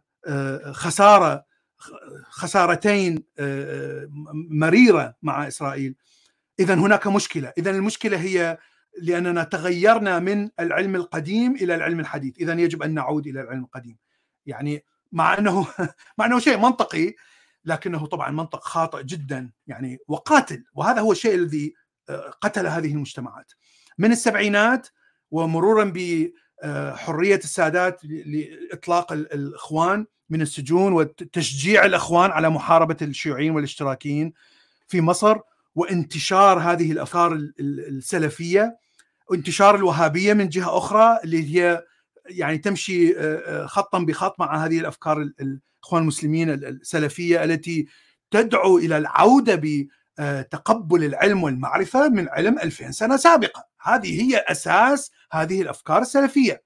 خسارتين مريرة مع إسرائيل. إذن هناك مشكلة. إذن المشكلة هي لأننا تغيرنا من العلم القديم إلى العلم الحديث، إذن يجب أن نعود إلى العلم القديم. يعني مع أنه شيء منطقي، لكنه طبعا منطق خاطئ جدا يعني وقاتل. وهذا هو الشيء الذي قتل هذه المجتمعات من السبعينات، ومرورا بحرية السادات لإطلاق الإخوان من السجون، وتشجيع الإخوان على محاربة الشيوعيين والاشتراكيين في مصر، وانتشار هذه الأفكار السلفية، وانتشار الوهابية من جهة أخرى اللي هي يعني تمشي خطا بخط مع هذه الأفكار الإخوان المسلمين السلفية التي تدعو إلى العودة بتقبل العلم والمعرفة من علم 2000 سنة سابقة. هذه هي أساس هذه الأفكار السلفية.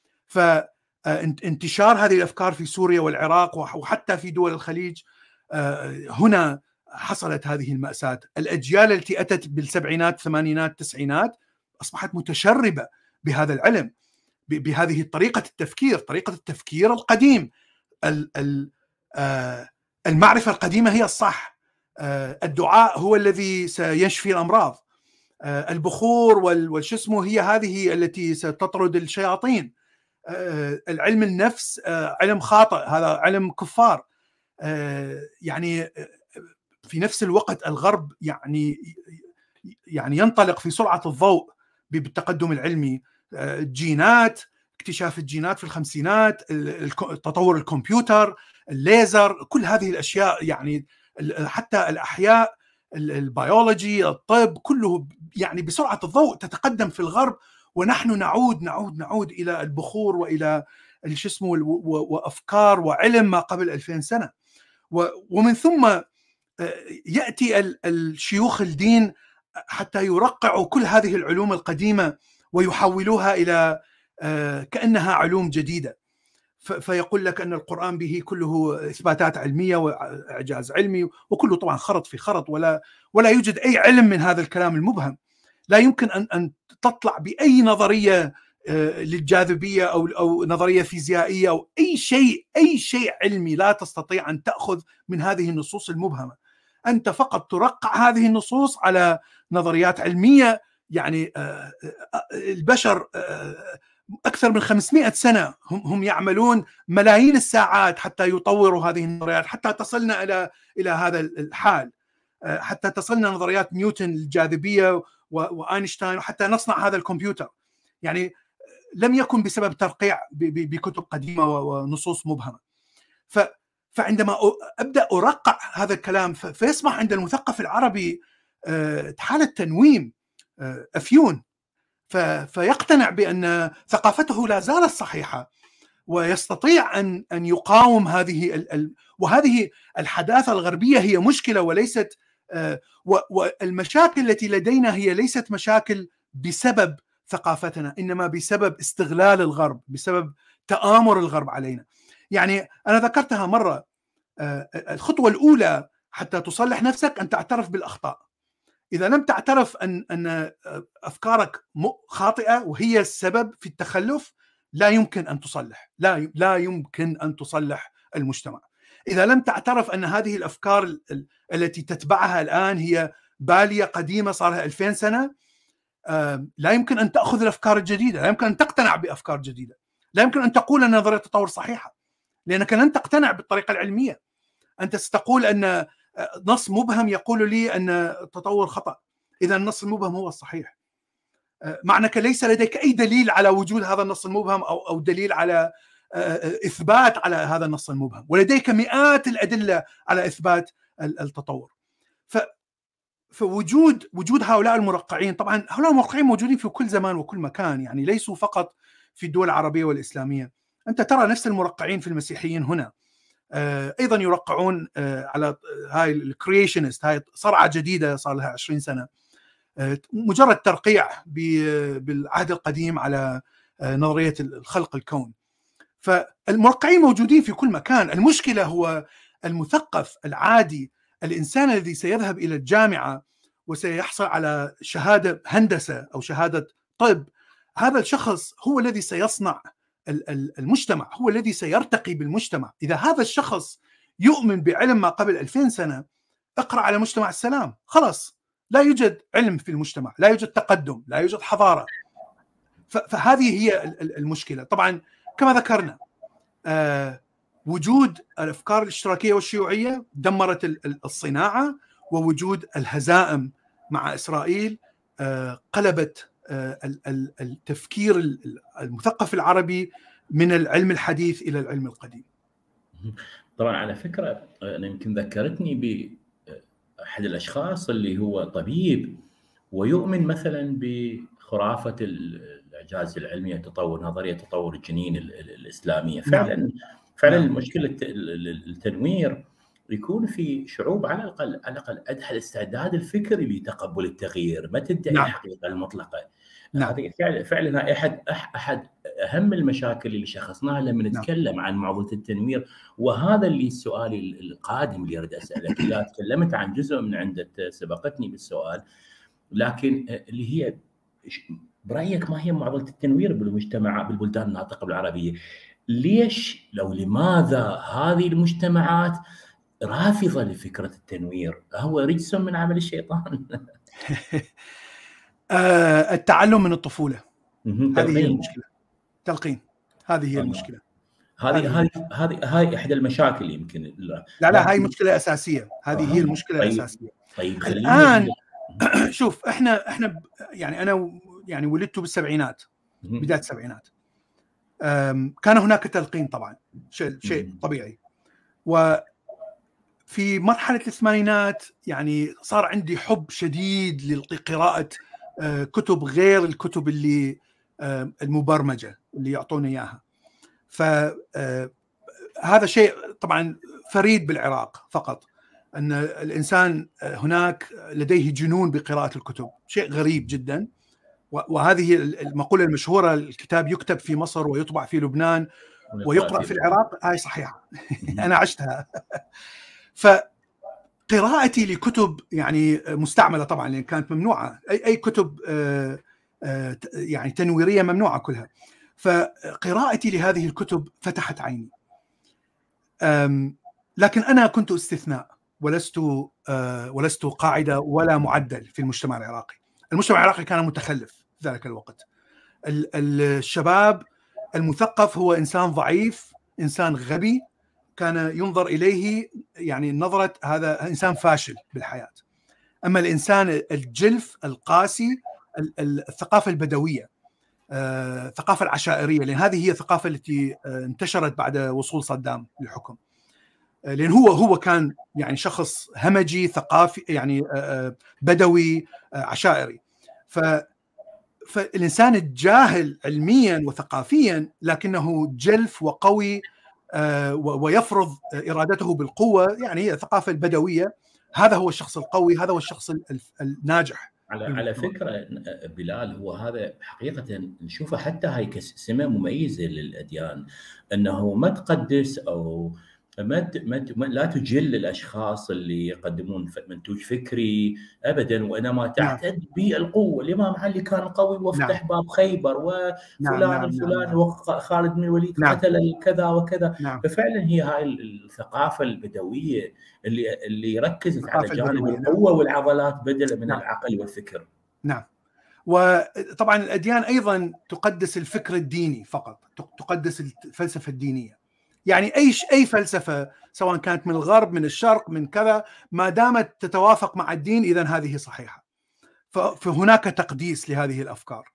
فانتشار هذه الأفكار في سوريا والعراق وحتى في دول الخليج، هنا حصلت هذه المأساة. الأجيال التي أتت بالسبعينات، الثمانينات، التسعينات أصبحت متشربة بهذا العلم، بهذه طريقة التفكير القديم. المعرفة القديمة هي الصح، الدعاء هو الذي سيشفي الأمراض، البخور والشسمه هي هذه التي ستطرد الشياطين، العلم النفس علم خاطئ، هذا علم كفار. يعني في نفس الوقت الغرب يعني ينطلق في سرعة الضوء بالتقدم العلمي، الجينات، اكتشاف الجينات في الخمسينات، تطور الكمبيوتر، الليزر، كل هذه الأشياء، يعني حتى الأحياء، البيولوجي، الطب، كله يعني بسرعة الضوء تتقدم في الغرب، ونحن نعود إلى البخور وإلى الشسم وأفكار وعلم ما قبل 2000 سنة. ومن ثم يأتي الشيوخ الدين حتى يرقعوا كل هذه العلوم القديمة ويحولوها إلى كأنها علوم جديدة، فيقول لك أن القرآن به كله إثباتات علمية وإعجاز علمي، وكله طبعا خرط في خرط، ولا يوجد أي علم من هذا الكلام المبهم. لا يمكن أن تطلع بأي نظرية للجاذبية أو نظرية فيزيائية أو أي شيء علمي، لا تستطيع أن تأخذ من هذه النصوص المبهمة. أنت فقط ترقع هذه النصوص على نظريات علمية. يعني البشر أكثر من 500 سنة هم يعملون ملايين الساعات حتى يطوروا هذه النظريات، حتى تصلنا إلى هذا الحال، حتى تصلنا نظريات نيوتن الجاذبية وأينشتاين، وحتى نصنع هذا الكمبيوتر. يعني لم يكن بسبب ترقيع بكتب قديمة ونصوص مبهمة. فعندما أبدأ أرقع هذا الكلام فيصبح عند المثقف العربي حالة تنويم، أفيون، فيقتنع بأن ثقافته لا زالت صحيحة، ويستطيع أن يقاوم وهذه الحداثة الغربية هي مشكلة وليست، والمشاكل التي لدينا هي ليست مشاكل بسبب ثقافتنا، إنما بسبب استغلال الغرب، بسبب تآمر الغرب علينا. يعني أنا ذكرتها مرة، الخطوة الأولى حتى تصلح نفسك أن تعترف بالأخطاء. إذا لم تعترف أن أفكارك خاطئة وهي السبب في التخلف، لا يمكن أن تصلح، لا يمكن أن تصلح المجتمع. إذا لم تعترف أن هذه الأفكار التي تتبعها الآن هي بالية قديمة صار لها 2000 سنة، لا يمكن أن تأخذ الأفكار الجديدة، لا يمكن أن تقتنع بأفكار جديدة، لا يمكن أن تقول أن نظرية التطور صحيحة، لأنك لن تقتنع بالطريقة العلمية. أنت ستقول أن نص مبهم يقول لي أن التطور خطأ، إذا النص المبهم هو الصحيح، مع أنك ليس لديك أي دليل على وجود هذا النص المبهم أو دليل على إثبات على هذا النص المبهم، ولديك مئات الأدلة على إثبات التطور. فوجود هؤلاء المرقعين، طبعا هؤلاء المرقعين موجودين في كل زمان وكل مكان، يعني ليسوا فقط في الدول العربية والإسلامية. أنت ترى نفس المرقعين في المسيحيين هنا أيضا يرقعون على هاي الكرييشنست، هاي صرعة جديدة صار لها 20 سنة، مجرد ترقيع بالعهد القديم على نظرية الخلق الكون. فالمرقعين موجودين في كل مكان. المشكلة هو المثقف العادي، الإنسان الذي سيذهب إلى الجامعة وسيحصل على شهادة هندسة أو شهادة طب. هذا الشخص هو الذي سيصنع المجتمع، هو الذي سيرتقي بالمجتمع. إذا هذا الشخص يؤمن بعلم ما قبل 2000 سنة، اقرأ على مجتمع السلام، خلاص لا يوجد علم في المجتمع، لا يوجد تقدم، لا يوجد حضارة. فهذه هي المشكلة. طبعا كما ذكرنا وجود الأفكار الاشتراكية والشيوعية دمرت الصناعة، ووجود الهزائم مع إسرائيل قلبت التفكير المثقف العربي من العلم الحديث إلى العلم القديم. طبعا على فكرة أنا يمكن ذكرتني بأحد الأشخاص اللي هو طبيب ويؤمن مثلا بخرافة الإعجاز العلمي، تطور نظرية تطور الجنين الإسلامية. فعلا مشكلة التنوير يكون في شعوب على الأقل أدحى الاستعداد الفكري لتقبل التغيير، ما تدعي الحقيقة المطلقة. هذه فعلا أحد أهم المشاكل اللي شخصناها لما نتكلم عن معضلة التنوير. وهذا اللي السؤال القادم اللي أريد أسألك. لا تكلمت عن جزء من عندك سبقتني بالسؤال، لكن اللي هي برأيك ما هي معضلة التنوير بالمجتمع بالبلدان الناطقة بالعربية؟ ليش لو لماذا هذه المجتمعات رافضة لفكرة التنوير؟ هو رجس من عمل الشيطان. التعلم من الطفولة، هذه هي المشكلة. تلقين، هذه هي المشكلة. هذه إحدى المشاكل يمكن. لا هاي مشكلة أساسية، هذه هي المشكلة الأساسية. طيب الآن شوف احنا يعني أنا يعني ولدت بالسبعينات، بداية السبعينات، كان هناك تلقين طبعا، شيء طبيعي. وفي مرحلة الثمانينات يعني صار عندي حب شديد لقراءة كتب غير الكتب اللي المبرمجة اللي يعطونا إياها. فهذا شيء طبعا فريد بالعراق فقط، أن الإنسان هناك لديه جنون بقراءة الكتب، شيء غريب جدا. وهذه المقولة المشهورة، الكتاب يكتب في مصر ويطبع في لبنان ويقرأ في العراق، هاي صحيحة. أنا عشتها. فقراءتي لكتب يعني مستعملة طبعا، لأن كانت ممنوعة، أي كتب يعني تنويرية ممنوعة كلها. فقراءتي لهذه الكتب فتحت عيني. لكن أنا كنت استثناء، ولست قاعدة ولا معدل في المجتمع العراقي. المجتمع العراقي كان متخلف في ذلك الوقت. الشباب المثقف هو إنسان ضعيف، إنسان غبي، كان ينظر إليه يعني نظرة هذا إنسان فاشل بالحياة. أما الإنسان الجلف القاسي، الثقافة البدوية، الثقافة العشائرية، لأن هذه هي الثقافة التي انتشرت بعد وصول صدام للحكم، لأن هو كان يعني شخص همجي ثقافي، يعني بدوي عشائري. فالإنسان الجاهل علميا وثقافيا لكنه جلف وقوي ويفرض إرادته بالقوة، يعني هي الثقافة البدوية. هذا هو الشخص القوي، هذا هو الشخص الناجح. على فكرة بلال، هو هذا حقيقة نشوفه، حتى هاي سمة مميزة للأديان، أنه ما تقدس أو لا تجل الأشخاص اللي يقدمون منتوج فكري أبدا، وإنما تعتد بالقوة. الإمام علي كان قوي وافتح باب خيبر، وفلان الفلاني وخالد بن الوليد قتل كذا وكذا. ففعلا هي هاي الثقافة البدوية اللي ركزت على جانب القوة والعضلات بدلا من العقل والفكر. نعم. وطبعا الأديان أيضا تقدس الفكر الديني فقط، تقدس الفلسفة الدينية. يعني أي فلسفة سواء كانت من الغرب من الشرق من كذا، ما دامت تتوافق مع الدين إذن هذه صحيحة. فهناك تقديس لهذه الأفكار.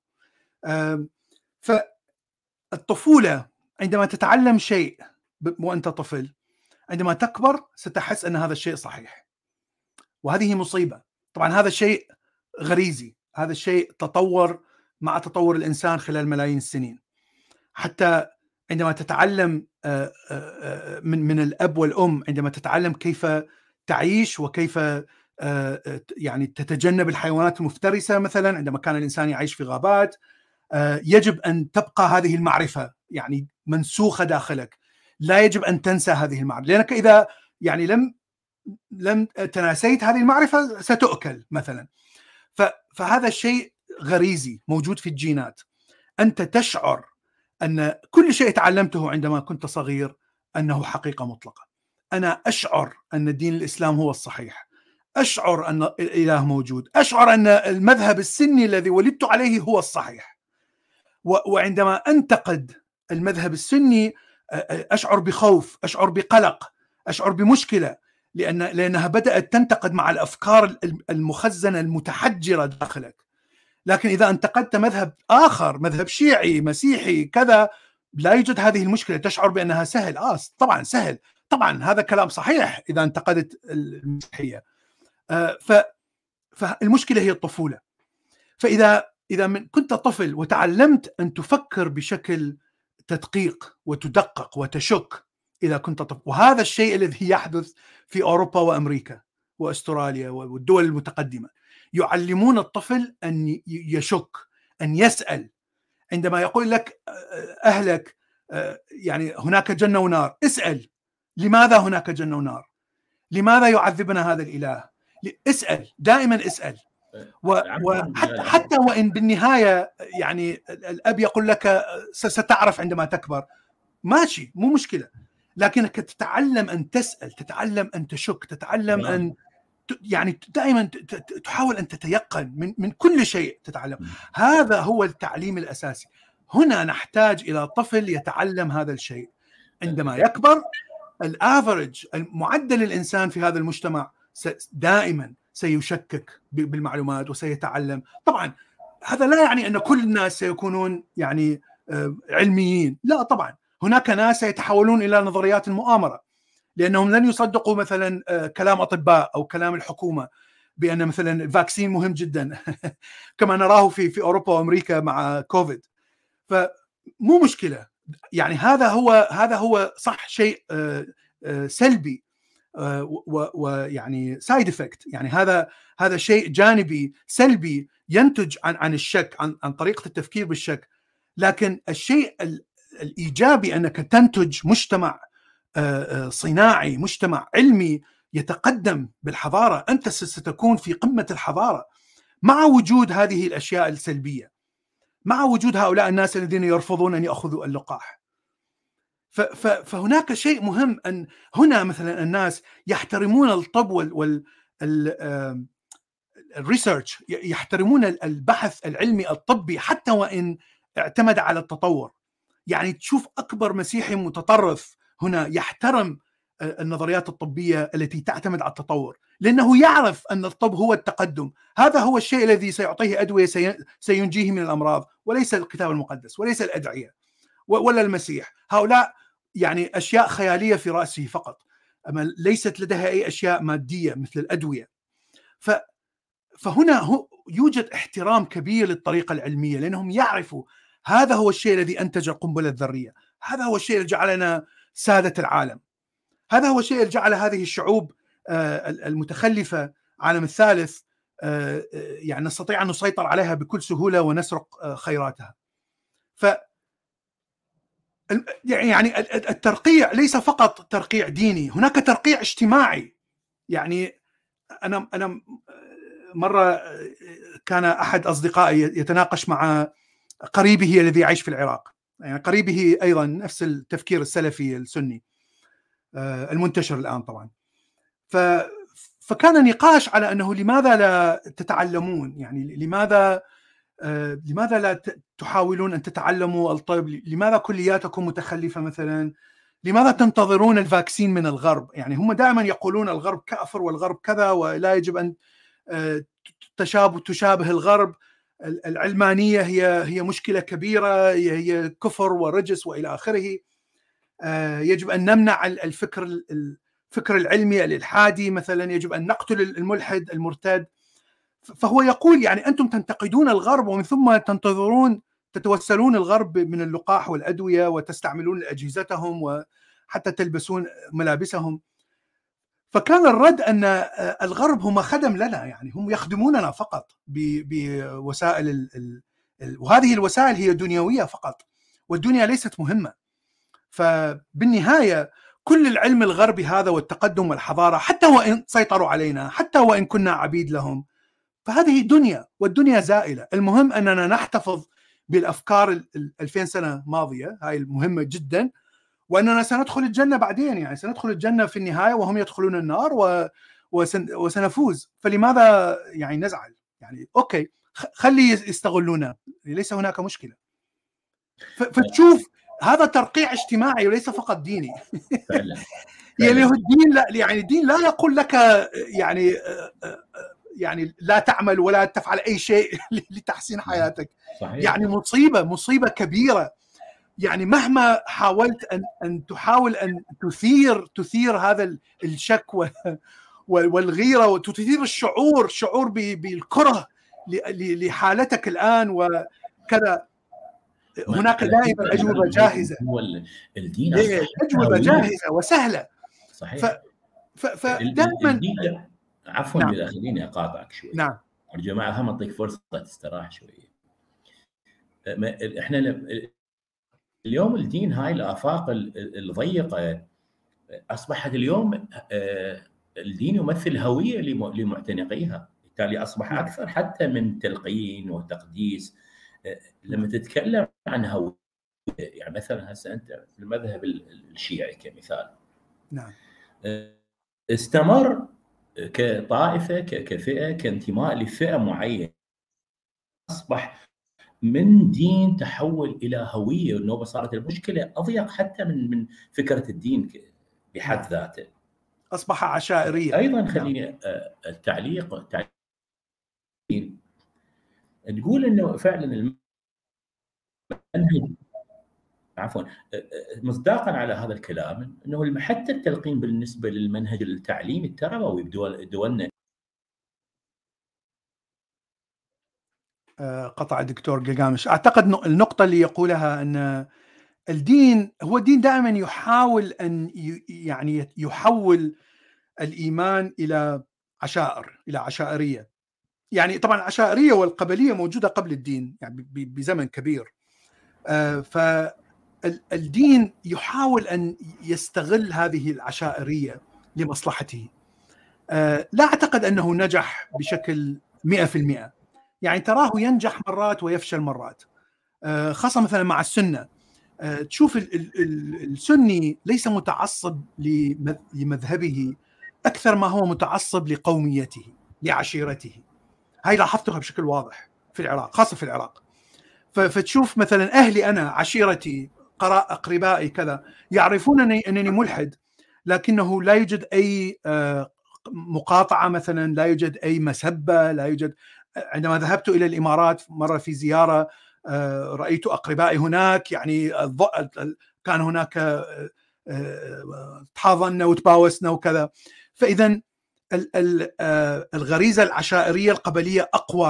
فالطفولة عندما تتعلم شيء وأنت طفل، عندما تكبر ستحس أن هذا الشيء صحيح، وهذه مصيبة. طبعا هذا شيء غريزي، هذا الشيء تطور مع تطور الإنسان خلال ملايين السنين. حتى عندما تتعلم من الأب والأم، عندما تتعلم كيف تعيش وكيف يعني تتجنب الحيوانات المفترسة مثلا، عندما كان الإنسان يعيش في غابات، يجب أن تبقى هذه المعرفة يعني منسوخة داخلك، لا يجب أن تنسى هذه المعرفة، لأنك إذا يعني لم تناسيت هذه المعرفة ستؤكل مثلا. فهذا الشيء غريزي موجود في الجينات. أنت تشعر أن كل شيء تعلمته عندما كنت صغير أنه حقيقة مطلقة. أنا أشعر أن دين الإسلام هو الصحيح، أشعر أن الإله موجود، أشعر أن المذهب السني الذي ولدت عليه هو الصحيح. وعندما أنتقد المذهب السني أشعر بخوف، أشعر بقلق، أشعر بمشكلة، لأنها بدأت تنتقد مع الأفكار المخزنة المتحجرة داخلك. لكن إذا انتقدت مذهب آخر، مذهب شيعي مسيحي كذا، لا يوجد هذه المشكلة، تشعر بأنها سهل. طبعا سهل، طبعا هذا كلام صحيح إذا انتقدت المسيحية. فالمشكلة هي الطفولة. فإذا كنت طفل وتعلمت أن تفكر بشكل تدقيق وتدقق وتشك إذا كنت طفل، وهذا الشيء الذي يحدث في أوروبا وأمريكا وأستراليا والدول المتقدمة، يعلمون الطفل أن يشك، أن يسأل. عندما يقول لك أهلك يعني هناك جنة ونار، اسأل لماذا هناك جنة ونار، لماذا يعذبنا هذا الإله. اسأل، دائما اسأل. وحتى وإن بالنهاية يعني الأب يقول لك ستعرف عندما تكبر، ماشي، مو مشكلة، لكنك تتعلم أن تسأل، تتعلم أن تشك، تتعلم أن يعني دائما تحاول أن تتيقن من كل شيء تتعلم. هذا هو التعليم الأساسي. هنا نحتاج إلى طفل يتعلم هذا الشيء. عندما يكبر الافرج، المعدل الإنسان في هذا المجتمع دائما سيشكك بالمعلومات وسيتعلم. طبعا هذا لا يعني أن كل الناس سيكونون يعني علميين، لا طبعا هناك ناس سيتحولون إلى نظريات المؤامرة، لأنهم لن يصدقوا مثلا كلام أطباء أو كلام الحكومة بأن مثلا الفاكسين مهم جدا كما نراه في أوروبا وأمريكا مع كوفيد. فمو مشكلة، يعني هذا هو صح، شيء سلبي ويعني سايد افكت، يعني هذا شيء جانبي سلبي ينتج عن الشك، عن طريقة التفكير بالشك. لكن الشيء الإيجابي أنك تنتج مجتمع صناعي، مجتمع علمي يتقدم بالحضارة. أنت ستكون في قمة الحضارة مع وجود هذه الأشياء السلبية، مع وجود هؤلاء الناس الذين يرفضون أن يأخذوا اللقاح. فهناك شيء مهم، أن هنا مثلا الناس يحترمون الطب والريسيرش، يحترمون البحث العلمي الطبي، حتى وإن اعتمد على التطور. يعني تشوف أكبر مسيحي متطرف هنا يحترم النظريات الطبية التي تعتمد على التطور، لأنه يعرف أن الطب هو التقدم. هذا هو الشيء الذي سيعطيه أدوية سينجيه من الأمراض، وليس الكتاب المقدس، وليس الأدعية، ولا المسيح. هؤلاء يعني أشياء خيالية في رأسه فقط، أما ليست لديها أي أشياء مادية مثل الأدوية. فهنا يوجد احترام كبير للطريقة العلمية، لأنهم يعرفوا هذا هو الشيء الذي أنتج القنبلة الذرية، هذا هو الشيء الذي جعلنا سادة العالم، هذا هو الشيء الذي جعل هذه الشعوب المتخلفة عالم الثالث يعني نستطيع أن نسيطر عليها بكل سهولة ونسرق خيراتها. يعني الترقيع ليس فقط ترقيع ديني، هناك ترقيع اجتماعي. يعني أنا مرة كان أحد أصدقائي يتناقش مع قريبه الذي يعيش في العراق، يعني قريبه أيضا نفس التفكير السلفي السني المنتشر الآن طبعا. فكان نقاش على أنه لماذا لا تتعلمون، يعني لماذا لا تحاولون أن تتعلموا الطب؟ لماذا كلياتكم متخلفة مثلا؟ لماذا تنتظرون الفاكسين من الغرب؟ يعني هم دائما يقولون الغرب كافر والغرب كذا ولا يجب أن تشابه الغرب. العلمانية هي مشكلة كبيرة، هي كفر ورجس وإلى آخره. يجب أن نمنع الفكر العلمي الإلحادي مثلا، يجب أن نقتل الملحد المرتد. فهو يقول يعني أنتم تنتقدون الغرب ومن ثم تتوسلون الغرب من اللقاح والأدوية وتستعملون أجهزتهم وحتى تلبسون ملابسهم. فكان الرد أن الغرب هم خدم لنا، يعني هم يخدموننا فقط بوسائل وهذه الوسائل هي دنيوية فقط، والدنيا ليست مهمة. فبالنهاية كل العلم الغربي هذا والتقدم والحضارة، حتى وإن سيطروا علينا، حتى وإن كنا عبيد لهم، فهذه دنيا والدنيا زائلة. المهم أننا نحتفظ بالأفكار 2000 سنة ماضية، هاي المهمة جدا، وأننا سندخل الجنة بعدين، يعني سندخل الجنة في النهاية وهم يدخلون النار وسنفوز. فلماذا يعني نزعل؟ يعني أوكي خلي يستغلونا، ليس هناك مشكلة. فتشوف هذا ترقيع اجتماعي وليس فقط ديني. فعلا. يعني الدين لا، يعني الدين لا يقول لك يعني لا تعمل ولا تفعل أي شيء لتحسين حياتك. صحيح. يعني مصيبة كبيرة. يعني مهما حاولت أن تحاول أن تثير هذا الشك والغيرة وتثير شعور بالكره لحالتك الآن وكذا، هناك دائما أجوبة جاهزة. هو الدين أجوبة جاهزة وسهلة. صحيح. فدائما عفوا نعم. إذا خليني أقاطعك شوي. نعم. جماعة هم أعطيك فرصة تستراح شوي. إحنا اليوم الدين هاي الآفاق الضيقة أصبحت اليوم الدين يمثل هوية لمعتنقيها، بالتالي أصبح أكثر حتى من تلقين وتقديس. لما تتكلم عن هوية، يعني مثلا هسه أنت في المذهب الشيعي كمثال، نعم، استمر كطائفة كفئة كانتماء لفئة معينة، أصبح من دين تحول إلى هوية. والنوبة صارت المشكلة أضيق حتى من فكرة الدين بحد ذاته، أصبح عشائريا. أيضا خليني التعليق تقول أنه فعلا المنهج، عفوا، مصداقا على هذا الكلام، أنه حتى التلقين بالنسبة للمنهج التعليمي التربوي بدولنا. قطع الدكتور قلقامش. أعتقد النقطة اللي يقولها أن الدين دائما يحاول أن يعني يحول الإيمان إلى عشائر، إلى عشائرية. يعني طبعا العشائرية والقبلية موجودة قبل الدين يعني بزمن كبير. فالدين يحاول أن يستغل هذه العشائرية لمصلحته. لا أعتقد أنه نجح بشكل 100%. يعني تراه ينجح مرات ويفشل مرات، خاصة مثلا مع السنة. تشوف السني ليس متعصب لمذهبه أكثر ما هو متعصب لقوميته، لعشيرته. هاي لاحظتها بشكل واضح في العراق، خاصة في العراق. فتشوف مثلا أهلي أنا، عشيرتي، أقربائي كذا، يعرفون أنني ملحد، لكنه لا يوجد أي مقاطعة مثلا، لا يوجد أي مسبة، لا يوجد. عندما ذهبت إلى الإمارات مرة في زيارة، رأيت أقربائي هناك، يعني كان هناك تحاضنا وتباوسنا وكذا. فإذا الغريزة العشائرية القبلية أقوى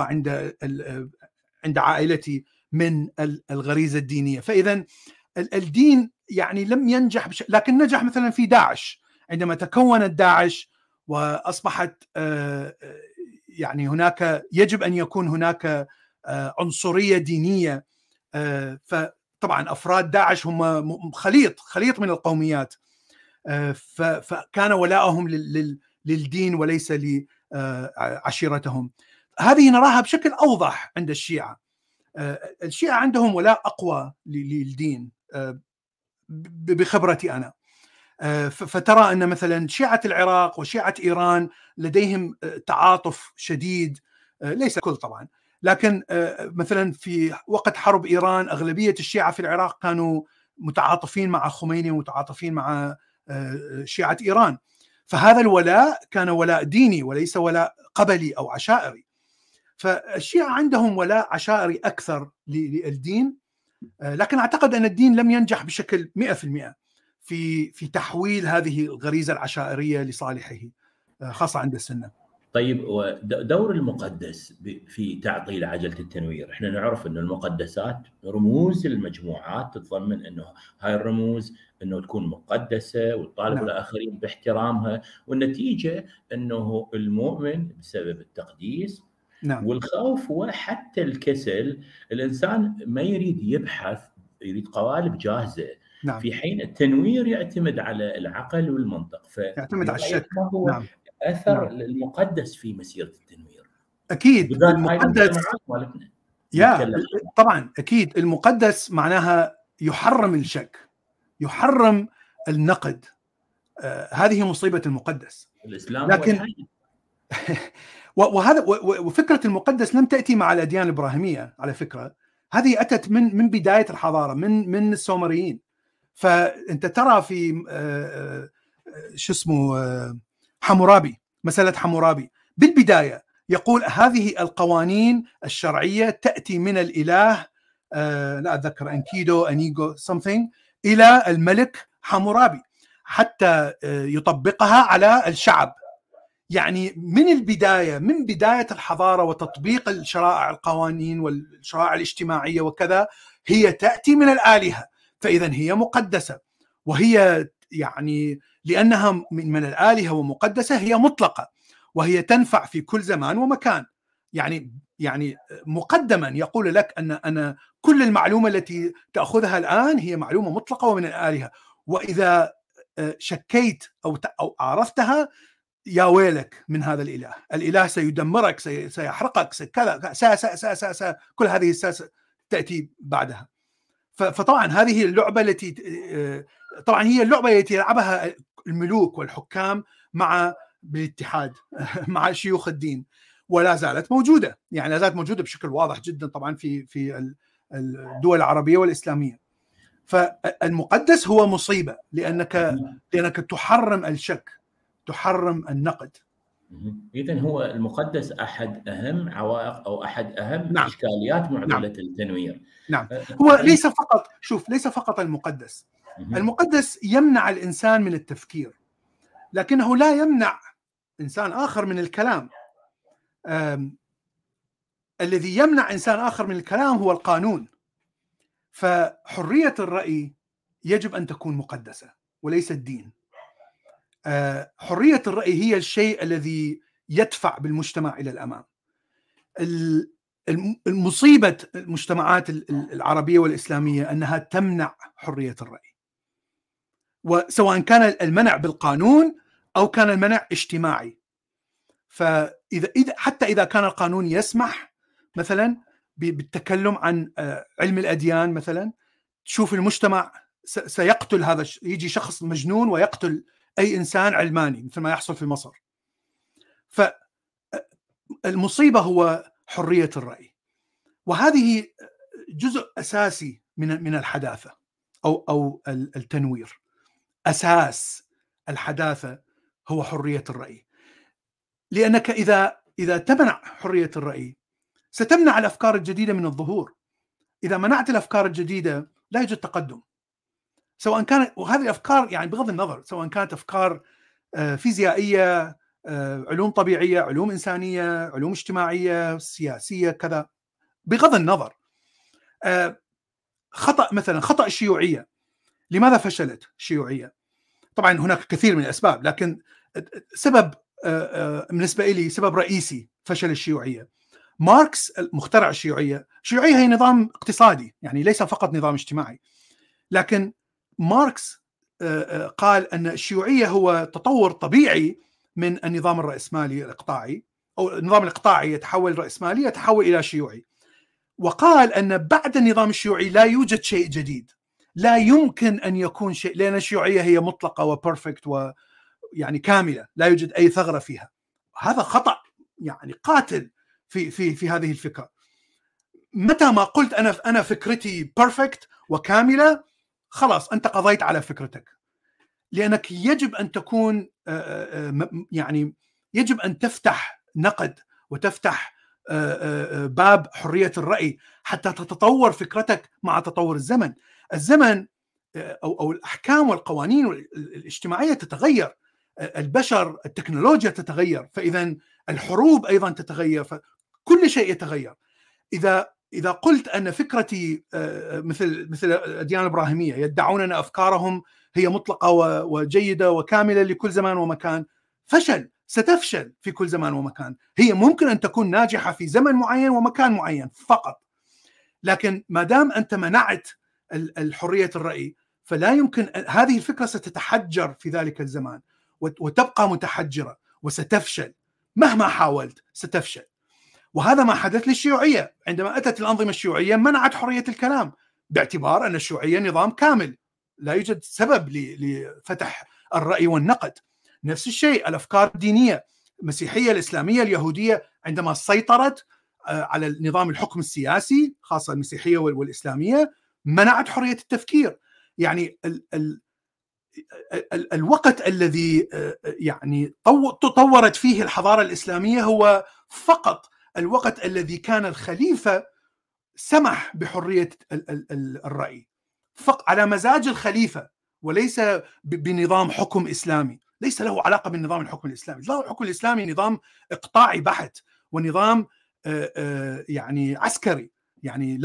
عند عائلتي من الغريزة الدينية. فإذا الدين يعني لم ينجح لكن نجح مثلا في داعش، عندما تكونت داعش وأصبحت يعني هناك يجب أن يكون هناك عنصرية دينية. فطبعا أفراد داعش هم خليط من القوميات، فكان ولاءهم للدين وليس لعشيرتهم. هذه نراها بشكل أوضح عند الشيعة. الشيعة عندهم ولاء أقوى للدين بخبرتي أنا. فترى أن مثلا شيعة العراق وشيعة إيران لديهم تعاطف شديد، ليس الكل طبعا، لكن مثلا في وقت حرب إيران أغلبية الشيعة في العراق كانوا متعاطفين مع خميني ومتعاطفين مع شيعة إيران. فهذا الولاء كان ولاء ديني وليس ولاء قبلي أو عشائري. فالشيعة عندهم ولاء عشائري أكثر للدين، لكن أعتقد أن الدين لم ينجح بشكل 100% في تحويل هذه الغريزة العشائرية لصالحه، خاصة عند السنة. طيب، ودور المقدس في تعطيل عجلة التنوير؟ احنا نعرف أن المقدسات رموز المجموعات تتضمن أنه هاي الرموز أنه تكون مقدسة وتطالب الآخرين باحترامها، والنتيجة أنه المؤمن بسبب التقديس والخوف وحتى الكسل، الإنسان ما يريد يبحث، يريد قوالب جاهزة. في حين التنوير يعتمد على العقل والمنطق. يعتمد على الشك. ما هو أثر المقدس في مسيرة التنوير؟ أكيد المقدس طبعا أكيد المقدس معناها يحرم الشك، يحرم النقد. هذه مصيبة المقدس. الإسلام لكن وهذا وفكرة المقدس لم تأتي مع الأديان الإبراهيمية على فكرة، هذه أتت من بداية الحضارة، من السومريين. فأنت ترى في شو اسمه حمورابي، مسألة حمورابي بالبداية يقول هذه القوانين الشرعية تأتي من الإله، لا أتذكر، أنيجو something، إلى الملك حمورابي حتى يطبقها على الشعب. يعني من البداية، من بداية الحضارة وتطبيق الشرائع، القوانين والشرائع الاجتماعية وكذا، هي تأتي من الآلهة، فإذا هي مقدسة. وهي يعني لأنها من الآلهة ومقدسة هي مطلقة، وهي تنفع في كل زمان ومكان. يعني مقدما يقول لك أن كل المعلومة التي تأخذها الآن هي معلومة مطلقة ومن الآلهة، وإذا شكيت أو عرفتها يا ويلك من هذا الإله، الإله سيدمرك، سيحرقك، كذا، كل هذه الساسة تأتي بعدها. فطبعا هذه اللعبة التي طبعا هي اللعبة التي يلعبها الملوك والحكام بالاتحاد مع شيوخ الدين، ولا زالت موجودة، يعني لا زالت موجودة بشكل واضح جدا طبعا في الدول العربية والإسلامية. فالمقدس هو مصيبة لأنك تحرم الشك، تحرم النقد. إذن هو المقدس أحد أهم عوائق أو أحد أهم إشكاليات معضلة التنوير. نعم. هو ليس فقط المقدس. المقدس يمنع الإنسان من التفكير، لكنه لا يمنع إنسان آخر من الكلام. الذي يمنع إنسان آخر من الكلام هو القانون. فحرية الرأي يجب أن تكون مقدسة وليس الدين. حرية الرأي هي الشيء الذي يدفع بالمجتمع إلى الأمام. المصيبة المجتمعات العربية والإسلامية أنها تمنع حرية الرأي، وسواء كان المنع بالقانون أو كان المنع اجتماعي. حتى إذا كان القانون يسمح مثلا بالتكلم عن علم الأديان مثلا، تشوف المجتمع سيقتل هذا، يجي شخص مجنون ويقتل أي إنسان علماني مثل ما يحصل في مصر. فالمصيبة هو حرية الرأي، وهذه جزء أساسي من الحداثة أو التنوير. أساس الحداثة هو حرية الرأي، لأنك إذا تمنع حرية الرأي ستمنع الأفكار الجديدة من الظهور. إذا منعت الأفكار الجديدة لا يوجد تقدم، سواء كانت، وهذه الأفكار يعني بغض النظر سواء كانت أفكار فيزيائية، علوم طبيعية، علوم إنسانية، علوم اجتماعية، سياسية، كذا، بغض النظر. خطأ مثلا خطأ الشيوعية، لماذا فشلت الشيوعية؟ طبعا هناك كثير من الأسباب، لكن سبب بالنسبة لي سبب رئيسي فشل الشيوعية. ماركس مخترع الشيوعية. الشيوعية هي نظام اقتصادي، يعني ليس فقط نظام اجتماعي، لكن ماركس قال أن الشيوعية هو تطور طبيعي من النظام الرأسمالي الإقطاعي، أو النظام الإقطاعي يتحول رأسمالي يتحول إلى شيوعي، وقال أن بعد النظام الشيوعي لا يوجد شيء جديد، لا يمكن أن يكون شيء، لأن الشيوعية هي مطلقة وبرفكت ويعني كاملة، لا يوجد أي ثغرة فيها. هذا خطأ يعني قاتل في هذه الفكرة. متى ما قلت أنا فكرتي بيرفكت وكاملة، خلاص أنت قضيت على فكرتك، لأنك يجب أن تكون يعني يجب أن تفتح نقد وتفتح باب حرية الرأي حتى تتطور فكرتك مع تطور الزمن. الزمن أو الأحكام والقوانين الاجتماعية تتغير، البشر، التكنولوجيا تتغير، فإذا الحروب أيضا تتغير، فكل شيء يتغير. إذا قلت أن فكرتي مثل الأديان الإبراهيمية يدعون أن أفكارهم هي مطلقة وجيدة وكاملة لكل زمان ومكان، ستفشل في كل زمان ومكان. هي ممكن أن تكون ناجحة في زمن معين ومكان معين فقط، لكن ما دام أنت منعت الحرية الرأي فلا يمكن، هذه الفكرة ستتحجر في ذلك الزمان وتبقى متحجرة وستفشل مهما حاولت، ستفشل. وهذا ما حدث للشيوعية. عندما أتت الأنظمة الشيوعية منعت حرية الكلام باعتبار أن الشيوعية نظام كامل، لا يوجد سبب لفتح الرأي والنقد. نفس الشيء الأفكار الدينية، المسيحية، الإسلامية، اليهودية، عندما سيطرت على نظام الحكم السياسي، خاصة المسيحية والإسلامية، منعت حرية التفكير. يعني الوقت الذي يعني تطورت فيه الحضارة الإسلامية هو فقط الوقت الذي كان الخليفة سمح بحرية الرأي فقط على مزاج الخليفة، وليس بنظام حكم إسلامي. ليس له علاقة بالنظام الحكم الإسلامي. نظام الحكم الإسلامي نظام إقطاعي بحت، ونظام يعني عسكري، يعني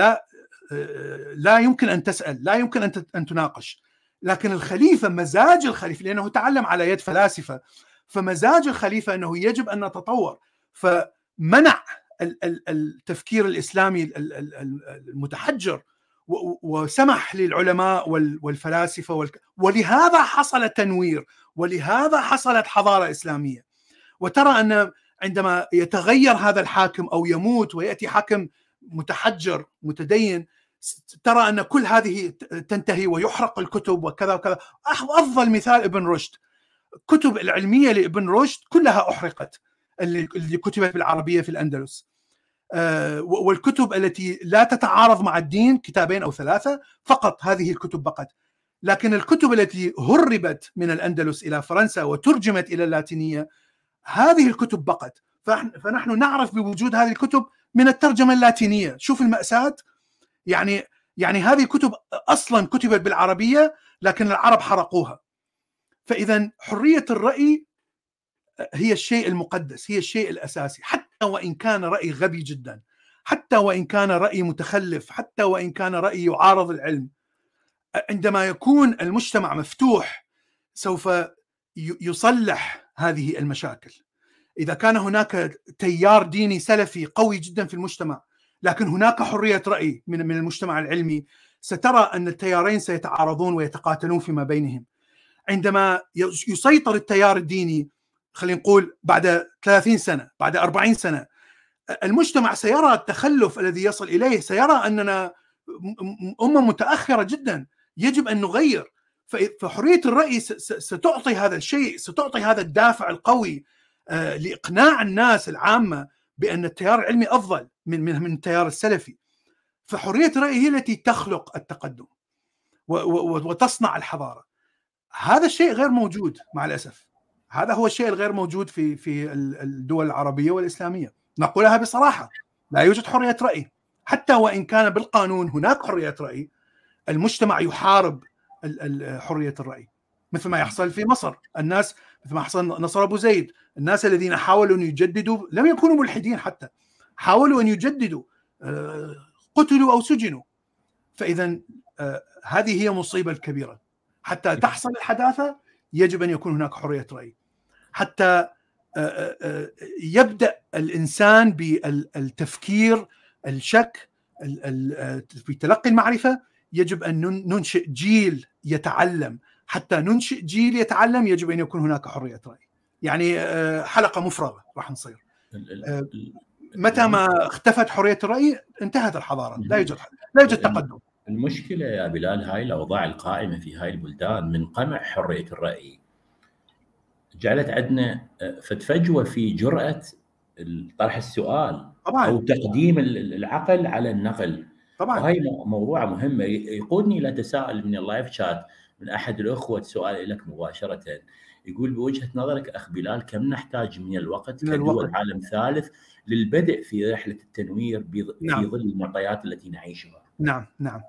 لا يمكن أن تسأل، لا يمكن أن تناقش. لكن الخليفة، مزاج الخليفة، لأنه تعلم على يد فلاسفة، فمزاج الخليفة أنه يجب أن نتطور، فمنع التفكير الإسلامي المتحجر وسمح للعلماء والفلاسفة ولهذا حصل تنوير، ولهذا حصلت حضارة إسلامية. وترى أن عندما يتغير هذا الحاكم أو يموت ويأتي حاكم متحجر متدين، ترى أن كل هذه تنتهي ويحرق الكتب وكذا وكذا. أفضل مثال ابن رشد، الكتب العلمية لابن رشد كلها أحرقت، اللي كتبت بالعربية في الأندلس، والكتب التي لا تتعارض مع الدين كتابين أو ثلاثة فقط، هذه الكتب بقت. لكن الكتب التي هربت من الأندلس إلى فرنسا وترجمت إلى اللاتينية، هذه الكتب بقت. فنحن نعرف بوجود هذه الكتب من الترجمة اللاتينية. شوف المأساة، يعني هذه الكتب أصلا كتبت بالعربية لكن العرب حرقوها. فإذا حرية الرأي هي الشيء المقدس، هي الشيء الأساسي، حتى وإن كان رأي غبي جدا، حتى وإن كان رأي متخلف، حتى وإن كان رأي يعارض العلم. عندما يكون المجتمع مفتوح سوف يصلح هذه المشاكل. إذا كان هناك تيار ديني سلفي قوي جدا في المجتمع لكن هناك حرية رأي من المجتمع العلمي، سترى أن التيارين سيتعارضون ويتقاتلون فيما بينهم. عندما يسيطر التيار الديني، خلينا نقول بعد 30 سنة، بعد 40 سنة، المجتمع سيرى التخلف الذي يصل إليه، سيرى أننا أمة متأخرة جدا، يجب أن نغير. فحرية الرأي ستعطي هذا الشيء، ستعطي هذا الدافع القوي لإقناع الناس العامة بأن التيار العلمي أفضل من التيار السلفي. فحرية الرأي هي التي تخلق التقدم وتصنع الحضارة. هذا الشيء غير موجود مع الأسف. هذا هو الشيء الغير موجود في الدول العربية والإسلامية. نقولها بصراحة، لا يوجد حرية رأي. حتى وإن كان بالقانون هناك حرية رأي، المجتمع يحارب حرية الرأي، مثل ما يحصل في مصر. الناس مثل ما حصل نصر أبو زيد، الناس الذين حاولوا أن يجددوا لم يكونوا ملحدين، حتى حاولوا أن يجددوا قتلوا أو سجنوا. فإذا هذه هي مصيبة الكبيرة. حتى تحصل الحداثة يجب أن يكون هناك حرية رأي. حتى يبدأ الإنسان بالتفكير، الشك، في تلقي المعرفة، يجب أن ننشئ جيل يتعلم. حتى ننشئ جيل يتعلم يجب أن يكون هناك حرية رأي. يعني حلقة مفرغة راح نصير. متى ما اختفت حرية الرأي انتهت الحضارة، لا يوجد تقدم. المشكلة يا بلال، هاي الأوضاع القائمة في هاي البلدان من قمع حرية الرأي جعلت عندنا فجوة في جرأة طرح السؤال طبعاً، أو تقديم العقل على النقل طبعاً. وهي موضوع مهمة يقودني إلى تساؤل من اللايف شات من أحد الأخوة، سؤال لك مباشرة، يقول بوجهة نظرك أخ بلال كم نحتاج من الوقت كدول عالم ثالث للبدء في رحلة التنوير في ظل المعطيات التي نعيشها؟ نعم.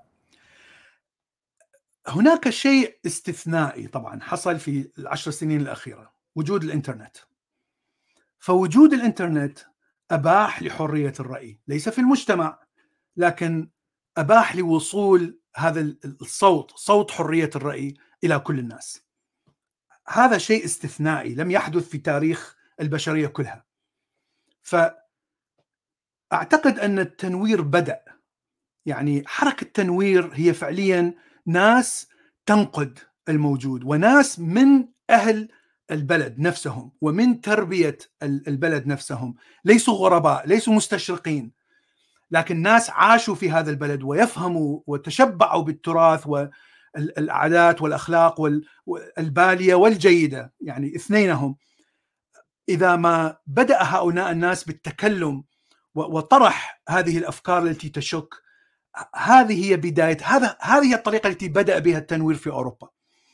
هناك شيء استثنائي طبعا حصل في ال10 سنين الأخيرة، وجود الإنترنت. فوجود الإنترنت أباح لحرية الرأي، ليس في المجتمع، لكن أباح لوصول هذا الصوت، صوت حرية الرأي، إلى كل الناس. هذا شيء استثنائي لم يحدث في تاريخ البشرية كلها. فأعتقد أن التنوير بدأ. يعني حركة التنوير هي فعليا ناس تنقد الموجود، وناس من أهل البلد نفسهم ومن تربية البلد نفسهم، ليسوا غرباء، ليسوا مستشرقين، لكن ناس عاشوا في هذا البلد ويفهموا وتشبعوا بالتراث والعادات والأخلاق والبالية والجيدة، يعني اثنينهم. إذا ما بدأ هؤلاء الناس بالتكلم وطرح هذه الأفكار التي تشك، هذه هي بداية، هذه الطريقة التي بدأ بها التنوير في أوروبا.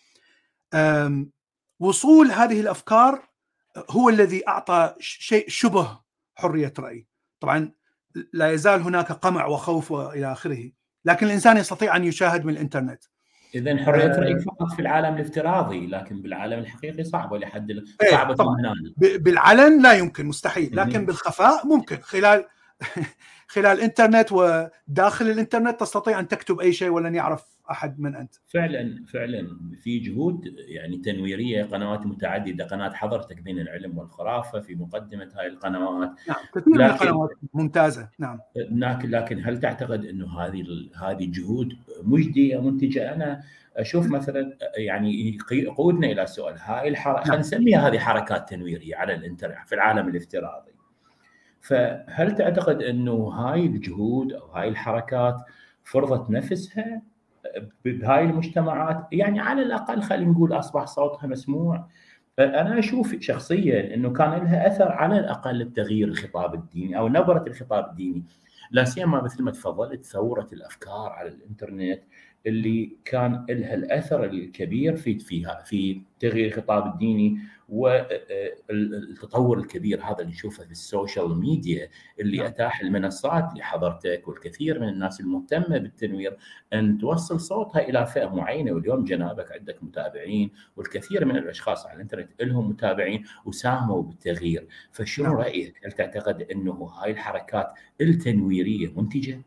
وصول هذه الأفكار هو الذي أعطى شيء شبه حرية رأي. طبعا لا يزال هناك قمع وخوف وإلى آخره، لكن الإنسان يستطيع أن يشاهد من الإنترنت. إذن حرية الرأي فقط في العالم الافتراضي، لكن بالعالم الحقيقي صعبة لحد صعبة طبعا. بالعلن لا يمكن، مستحيل، لكن بالخفاء ممكن. خلال الانترنت وداخل الانترنت تستطيع ان تكتب اي شيء ولن يعرف احد من انت. فعلا في جهود يعني تنويريه، قنوات متعدده، قناه حضرتك بين العلم والخرافه في مقدمه هاي القنوات. نعم، كثير من القنوات ممتازه. نعم. لكن هل تعتقد انه هذه جهود مجديه منتجه؟ انا اشوف مثلا يعني يقودنا الى سؤال، هاي خلينا نسميها هذه حركات تنويريه على الانترنت في العالم الافتراضي. فهل تعتقد انه هاي الجهود او هاي الحركات فرضت نفسها بهاي المجتمعات؟ يعني على الاقل خلينا نقول اصبح صوتها مسموع. انا اشوف شخصيا انه كان لها اثر على الاقل بتغيير الخطاب الديني او نبره الخطاب الديني، لا سيما مثل ما تفضلت ثوره الافكار على الانترنت اللي كان لها الاثر الكبير في تغيير الخطاب الديني والتطور الكبير هذا اللي نشوفه في السوشيال ميديا، اللي اتاح المنصات لحضرتك والكثير من الناس المهتمه بالتنوير ان توصل صوتها الى فئه معينه. واليوم جنابك عندك متابعين، والكثير من الاشخاص على الانترنت لهم متابعين وساهموا بالتغيير. فشنو رايك؟ هل تعتقد انه هاي الحركات التنويريه منتجه؟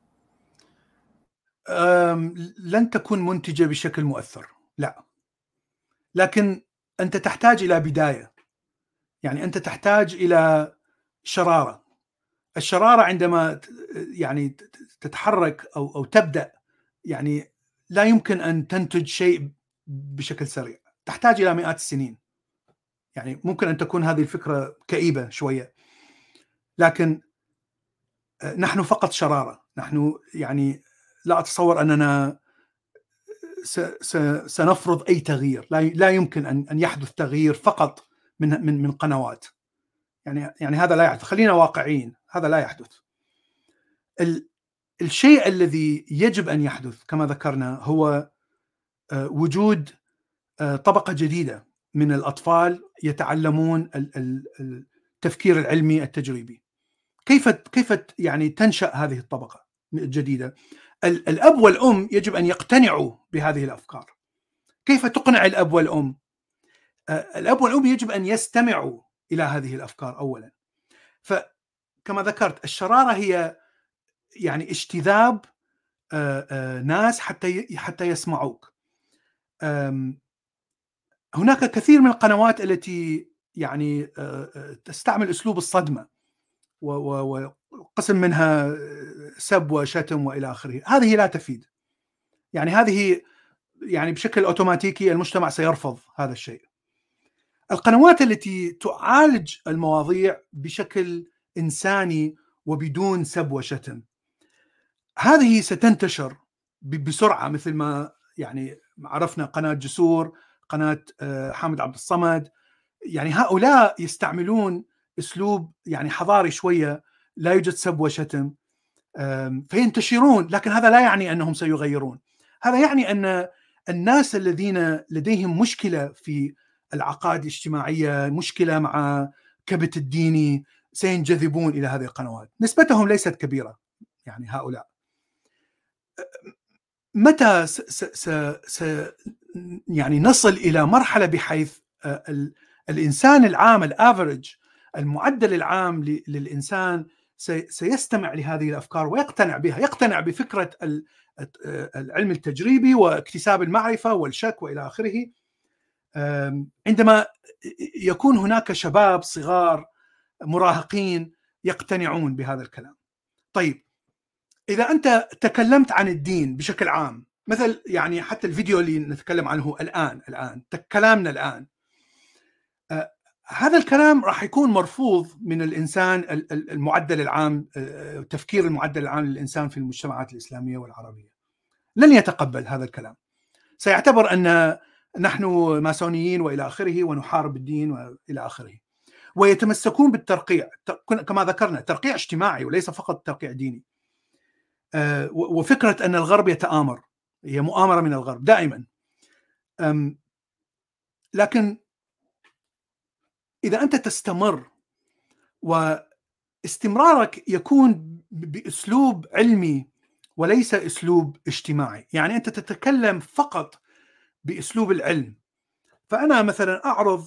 لن تكون منتجة بشكل مؤثر، لا، لكن أنت تحتاج إلى بداية. يعني أنت تحتاج إلى شرارة. الشرارة عندما يعني تتحرك أو تبدأ، يعني لا يمكن أن تنتج شيء بشكل سريع، تحتاج إلى مئات السنين. يعني ممكن أن تكون هذه الفكرة كئيبة شوية، لكن نحن فقط شرارة. نحن يعني لا أتصور أننا سنفرض أي تغيير. لا يمكن أن يحدث تغيير فقط من قنوات. يعني هذا لا يحدث. خلينا واقعيين، هذا لا يحدث. الشيء الذي يجب أن يحدث كما ذكرنا هو وجود طبقة جديدة من الأطفال يتعلمون التفكير العلمي التجريبي. كيف يعني تنشأ هذه الطبقة الجديدة؟ الأب والأم يجب أن يقتنعوا بهذه الأفكار. كيف تقنع الأب والأم؟ الأب والأم يجب أن يستمعوا إلى هذه الأفكار أولا. فكما ذكرت الشرارة هي يعني اجتذاب ناس حتى يسمعوك. هناك كثير من القنوات التي يعني تستعمل أسلوب الصدمة وقسم منها سب وشتم وإلى آخره. هذه لا تفيد، يعني هذه يعني بشكل أوتوماتيكي المجتمع سيرفض هذا الشيء. القنوات التي تعالج المواضيع بشكل إنساني وبدون سب وشتم هذه ستنتشر بسرعة، مثل ما يعني عرفنا قناة جسور، قناة حامد عبد الصمد. يعني هؤلاء يستعملون أسلوب يعني حضاري شوية، لا يوجد سب وشتم، فينتشرون. لكن هذا لا يعني أنهم سيغيرون، هذا يعني أن الناس الذين لديهم مشكلة في العقائد الاجتماعية، مشكلة مع كبت الديني، سينجذبون إلى هذه القنوات. نسبتهم ليست كبيرة يعني هؤلاء. متى يعني نصل إلى مرحلة بحيث الإنسان العام الافريج، المعدل العام للإنسان سيستمع لهذه الأفكار ويقتنع بها، يقتنع بفكرة العلم التجريبي واكتساب المعرفة والشك وإلى آخره، عندما يكون هناك شباب صغار مراهقين يقتنعون بهذا الكلام. طيب إذا أنت تكلمت عن الدين بشكل عام، مثل يعني حتى الفيديو اللي نتكلم عنه الآن كلامنا الآن، هذا الكلام راح يكون مرفوض من الإنسان المعدل العام، تفكير المعدل العام للإنسان في المجتمعات الإسلامية والعربية. لن يتقبل هذا الكلام، سيعتبر أن نحن ماسونيين وإلى آخره ونحارب الدين وإلى آخره، ويتمسكون بالترقيع كما ذكرنا، ترقيع اجتماعي وليس فقط ترقيع ديني. وفكرة أن الغرب يتآمر، هي مؤامرة من الغرب دائما. لكن إذا أنت تستمر واستمرارك يكون بأسلوب علمي وليس أسلوب اجتماعي، يعني أنت تتكلم فقط بأسلوب العلم. فأنا مثلا أعرض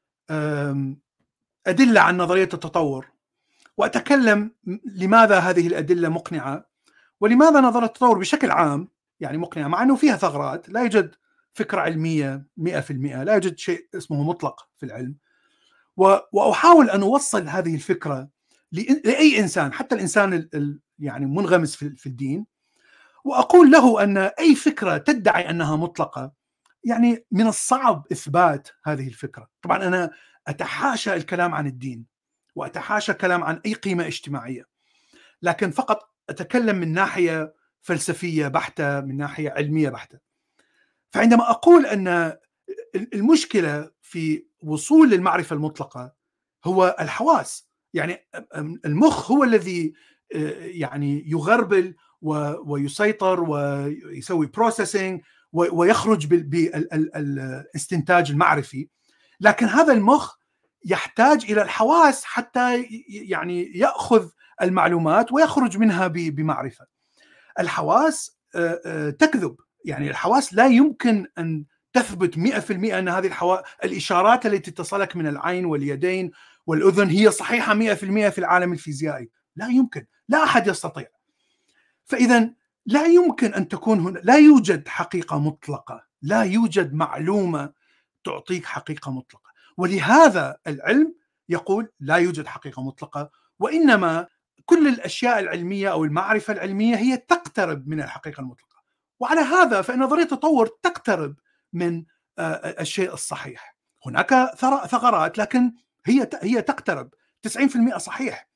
أدلة عن نظرية التطور وأتكلم لماذا هذه الأدلة مقنعة، ولماذا نظرية التطور بشكل عام يعني مقنعة، مع أنه فيها ثغرات. لا يوجد فكرة علمية 100%، لا يوجد شيء اسمه مطلق في العلم. وأحاول أن أوصل هذه الفكرة لأي إنسان، حتى الإنسان يعني منغمس في الدين، وأقول له أن أي فكرة تدعي أنها مطلقة يعني من الصعب إثبات هذه الفكرة. طبعا أنا أتحاشى الكلام عن الدين وأتحاشى الكلام عن أي قيمة اجتماعية، لكن فقط أتكلم من ناحية فلسفية بحتة، من ناحية علمية بحتة. فعندما أقول أن المشكلة في وصول للمعرفة المطلقة هو الحواس، يعني المخ هو الذي يعني يغربل ويسيطر ويسوي بروسيسنج ويخرج بالاستنتاج المعرفي، لكن هذا المخ يحتاج إلى الحواس حتى يعني يأخذ المعلومات ويخرج منها بمعرفة. الحواس تكذب، يعني الحواس لا يمكن أن تثبت 100% أن هذه الإشارات التي تصلك من العين واليدين والأذن هي صحيحة 100% في العالم الفيزيائي. لا يمكن، لا أحد يستطيع. فإذا لا يمكن أن تكون هنا، لا يوجد حقيقة مطلقة، لا يوجد معلومة تعطيك حقيقة مطلقة. ولهذا العلم يقول لا يوجد حقيقة مطلقة، وإنما كل الأشياء العلمية أو المعرفة العلمية هي تقترب من الحقيقة المطلقة. وعلى هذا فإن نظرية التطور تقترب من الشيء الصحيح. هناك ثغرات، لكن هي تقترب 90% صحيح،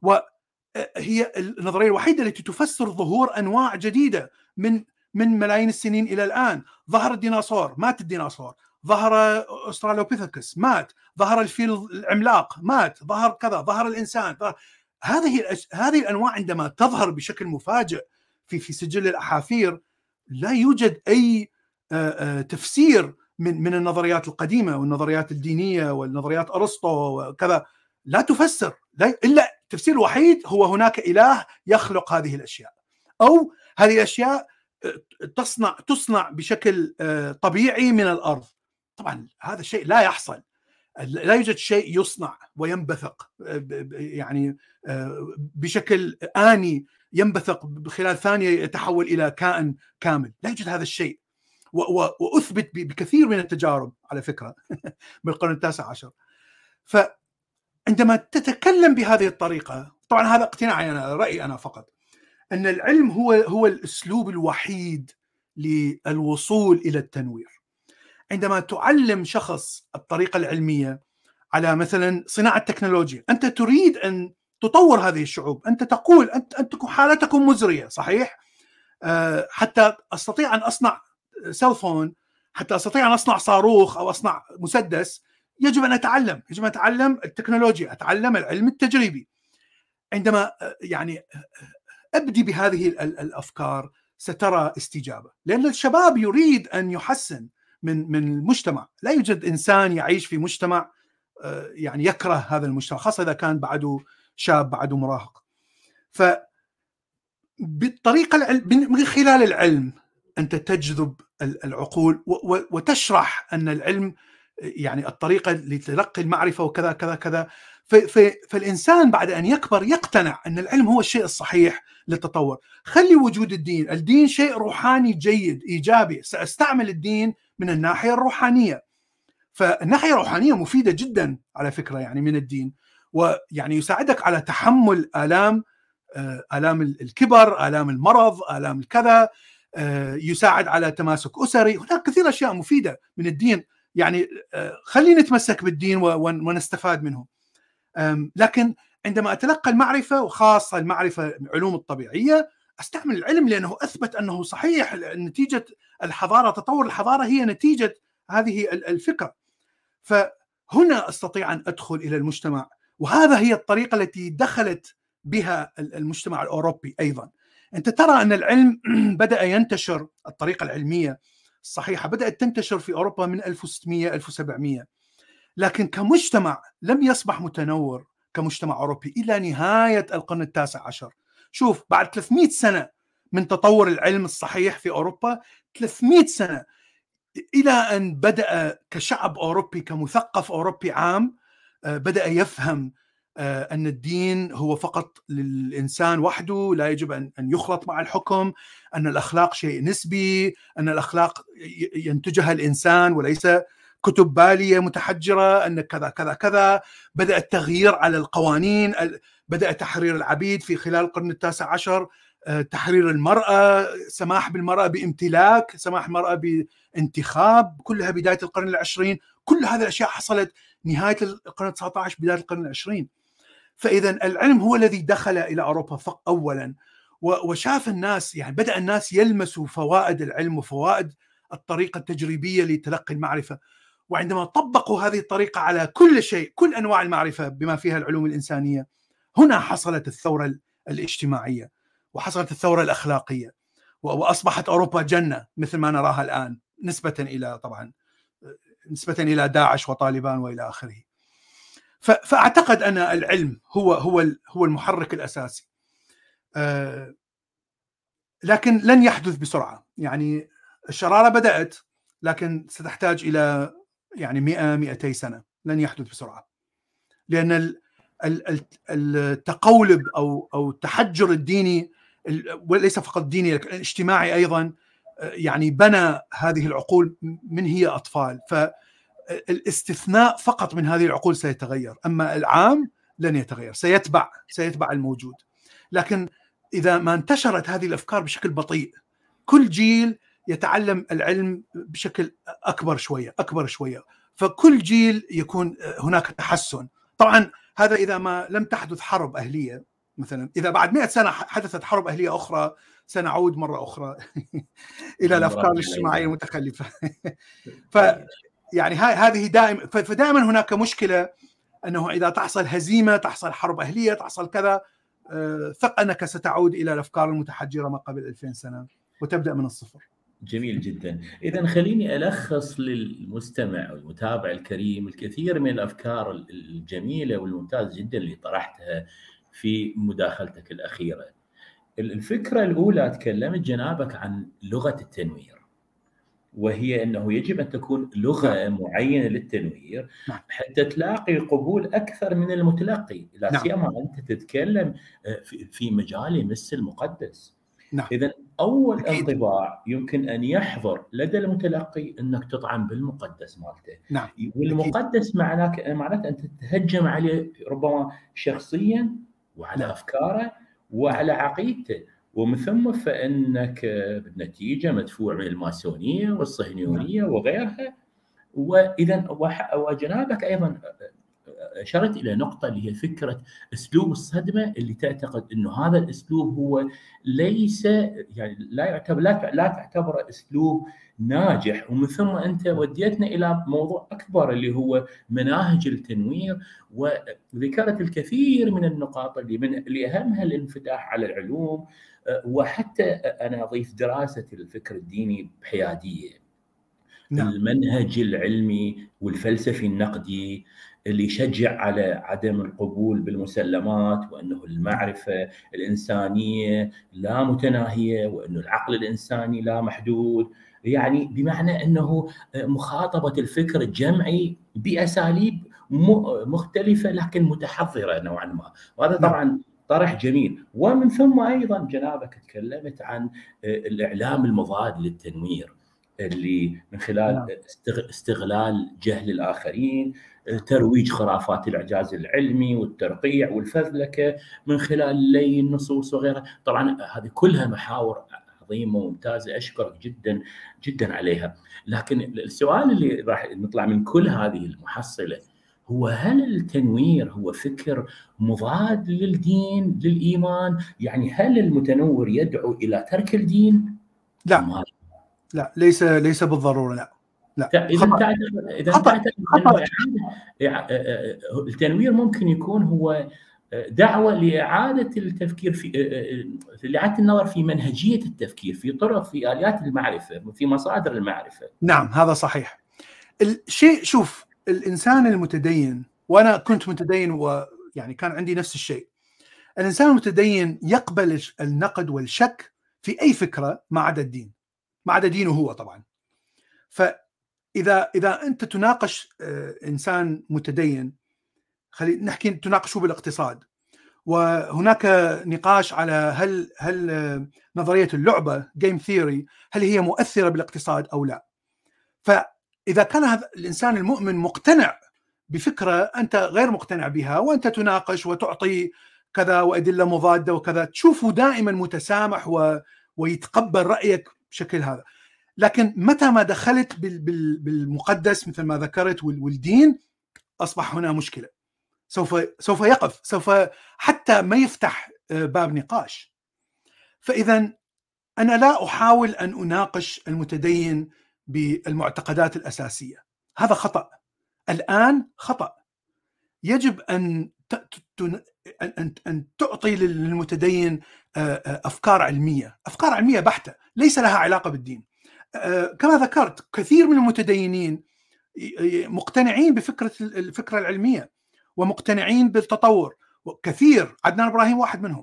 وهي النظرية الوحيدة التي تفسر ظهور أنواع جديدة من ملايين السنين إلى الآن. ظهر الديناصور، مات الديناصور. ظهر أسترالوبيثيكس، مات. ظهر الفيل العملاق، مات. ظهر كذا، ظهر الإنسان. هذه الأنواع عندما تظهر بشكل مفاجئ في سجل الأحافير لا يوجد أي تفسير من النظريات القديمة والنظريات الدينية والنظريات أرسطو وكذا، لا تفسر، إلا التفسير الوحيد هو هناك إله يخلق هذه الأشياء، أو هذه الأشياء تصنع بشكل طبيعي من الأرض. طبعا هذا الشيء لا يحصل، لا يوجد شيء يصنع وينبثق يعني بشكل آني، ينبثق خلال ثانية يتحول إلى كائن كامل، لا يوجد هذا الشيء. وأثبت بكثير من التجارب على فكرة بالقرن التاسع عشر. فعندما تتكلم بهذه الطريقة، طبعا هذا اقتناعي أنا، رأيي أنا فقط، أن العلم هو الأسلوب الوحيد للوصول إلى التنوير. عندما تعلم شخص الطريقة العلمية على مثلا صناعة تكنولوجيا، أنت تريد أن تطور هذه الشعوب، أنت تقول أنتم حالتكم مزرية، صحيح؟ حتى أستطيع أن أصنع سيلفون، حتى أستطيع أن أصنع صاروخ أو أصنع مسدس، يجب أن أتعلم التكنولوجيا، أتعلم العلم التجريبي. عندما يعني أبدي بهذه الأفكار سترى استجابة، لأن الشباب يريد أن يحسن من المجتمع. لا يوجد إنسان يعيش في مجتمع يعني يكره هذا المجتمع، خاصة إذا كان بعده شاب، بعده مراهق. فبالطريقة من خلال العلم أنت تجذب العقول وتشرح أن العلم يعني الطريقة لتلقي المعرفة وكذا كذا كذا. فالإنسان بعد أن يكبر يقتنع أن العلم هو الشيء الصحيح للتطور. خلي وجود الدين شيء روحاني جيد إيجابي، سأستعمل الدين من الناحية الروحانية. فالناحية الروحانية مفيدة جدا على فكرة يعني من الدين، ويعني يساعدك على تحمل آلام الكبر، آلام المرض، آلام الكذا، يساعد على تماسك أسري. هناك كثير أشياء مفيدة من الدين، يعني خلينا نتمسك بالدين ونستفاد منه. لكن عندما أتلقى المعرفة، وخاصة المعرفة العلوم الطبيعية، أستعمل العلم لأنه أثبت أنه صحيح، نتيجة الحضارة، تطور الحضارة هي نتيجة هذه الفكرة. فهنا أستطيع أن أدخل إلى المجتمع، وهذا هي الطريقة التي دخلت بها المجتمع الأوروبي أيضا. أنت ترى أن العلم بدأ ينتشر، الطريقة العلمية الصحيحة بدأت تنتشر في أوروبا من 1600 1700، لكن كمجتمع لم يصبح متنور كمجتمع أوروبي إلى نهاية القرن التاسع عشر. شوف، بعد 300 سنة من تطور العلم الصحيح في أوروبا، 300 سنة، إلى أن بدأ كشعب أوروبي، كمثقف أوروبي عام، بدأ يفهم أن الدين هو فقط للإنسان وحده، لا يجب أن يخلط مع الحكم، أن الأخلاق شيء نسبي، أن الأخلاق ينتجها الإنسان وليس كتب بالية متحجرة، أن كذا كذا كذا. بدأ التغيير على القوانين، بدأ تحرير العبيد في خلال القرن التاسع عشر، تحرير المرأة، سماح بالمرأة بامتلاك، سماح المرأة بانتخاب، كلها بداية القرن العشرين. كل هذه الأشياء حصلت نهاية القرن التاسع عشر بداية القرن العشرين. فإذا العلم هو الذي دخل إلى أوروبا أولا، وشاف الناس، يعني بدأ الناس يلمسوا فوائد العلم وفوائد الطريقة التجريبية لتلقي المعرفة. وعندما طبقوا هذه الطريقة على كل شيء، كل أنواع المعرفة بما فيها العلوم الإنسانية، هنا حصلت الثورة الاجتماعية وحصلت الثورة الأخلاقية، وأصبحت أوروبا جنة مثل ما نراها الآن، نسبة إلى داعش وطالبان وإلى آخره. فأعتقد أن العلم هو المحرك الأساسي، لكن لن يحدث بسرعة. يعني الشرارة بدأت، لكن ستحتاج إلى يعني 100-200 سنة، لن يحدث بسرعة، لأن التقولب أو التحجر الديني، وليس فقط الديني لكن الاجتماعي أيضا، يعني بنى هذه العقول من هي أطفال. فالاستثناء فقط من هذه العقول سيتغير، أما العام لن يتغير، سيتبع الموجود. لكن إذا ما انتشرت هذه الأفكار بشكل بطيء، كل جيل يتعلم العلم بشكل أكبر شوية، فكل جيل يكون هناك تحسن. طبعا هذا إذا ما لم تحدث حرب أهلية مثلا. إذا بعد 100 سنة حدثت حرب أهلية أخرى، سنعود مرة أخرى إلى الأفكار الاجتماعية المتخلفة. يعني هذه فدائما هناك مشكلة، أنه إذا تحصل هزيمة، تحصل حرب أهلية، تحصل كذا، ثق أنك ستعود إلى الأفكار المتحجرة ما قبل 2000 سنة وتبدأ من الصفر. جميل جدا. إذا خليني ألخص للمستمع والمتابع الكريم الكثير من الأفكار الجميلة والممتازة جدا اللي طرحتها في مداخلتك الأخيرة. الفكرة الأولى تكلمت جنابك عن لغة التنوير، وهي أنه يجب أن تكون لغة معينة للتنوير حتى تلاقي قبول أكثر من المتلقي، لا سيما أنت تتكلم في مجال يمس المقدس. إذن أول انطباع يمكن أن يحضر لدى المتلقي أنك تطعن بالمقدس مالته. والمقدس معناته أنت تتهجم عليه ربما شخصيا وعلى أفكاره وعلى عقيدته، ومن ثم فإنك بالنتيجة مدفوع من الماسونية والصهيونية وغيرها. وإذا وجنابك أيضا أشرت إلى نقطة اللي هي فكرة أسلوب الصدمة، اللي تعتقد أنه هذا الأسلوب هو ليس يعني لا تعتبره أسلوب ناجح. ومن ثم أنت وديتنا إلى موضوع أكبر اللي هو مناهج التنوير، وذكرت الكثير من النقاط اللي أهمها الانفتاح على العلوم، وحتى أنا أضيف دراسة الفكر الديني بحيادية. المنهج العلمي والفلسفي النقدي اللي يشجع على عدم القبول بالمسلمات، وأنه المعرفة الإنسانية لا متناهية، وأنه العقل الإنساني لا محدود. يعني بمعنى أنه مخاطبة الفكر الجمعي بأساليب مختلفة لكن متحضرة نوعا ما، وهذا طبعا طرح جميل. ومن ثم أيضا جنابك تكلمت عن الإعلام المضاد للتنوير، اللي من خلال استغلال جهل الآخرين، ترويج خرافات الإعجاز العلمي والترقيع والفذلكة من خلال لي النصوص وغيرها. طبعا هذه كلها محاور عظيمة وممتازة، أشكرك جدا جدا عليها. لكن السؤال اللي راح نطلع من كل هذه المحصلة هو: هل التنوير هو فكر مضاد للدين للإيمان؟ يعني هل المتنور يدعو إلى ترك الدين؟ لا، ليس بالضرورة. لا. إذا تعتقد أنه التنوير ممكن يكون هو دعوة لإعادة التفكير لإعادة النظر في منهجية التفكير، في طرق، في آليات المعرفة، في مصادر المعرفة. نعم، هذا صحيح. شوف، الإنسان المتدين، وأنا كنت متدين ويعني كان عندي نفس الشيء، الإنسان المتدين يقبل النقد والشك في أي فكرة ما عدا الدين، ما عدا دينه هو طبعا. فإذا أنت تناقش إنسان متدين، خلينا نحكي تناقشه بالاقتصاد، وهناك نقاش على هل نظرية اللعبة game theory هل هي مؤثرة بالاقتصاد أو لا. فإذا كان هذا الإنسان المؤمن مقتنع بفكرة أنت غير مقتنع بها، وأنت تناقش وتعطي كذا وأدلة مضادة وكذا، تشوفه دائما متسامح ويتقبل رأيك بشكل هذا. لكن متى ما دخلت بالمقدس مثل ما ذكرت والدين، أصبح هنا مشكلة. سوف يقف، سوف حتى ما يفتح باب نقاش. فإذا أنا لا أحاول أن أناقش المتدين بالمعتقدات الأساسية، هذا خطأ، الآن خطأ. يجب أن تعطي للمتدين أفكار علمية بحتة ليس لها علاقة بالدين. كما ذكرت، كثير من المتدينين مقتنعين الفكرة العلمية ومقتنعين بالتطور، وكثير، عدنان إبراهيم واحد منهم.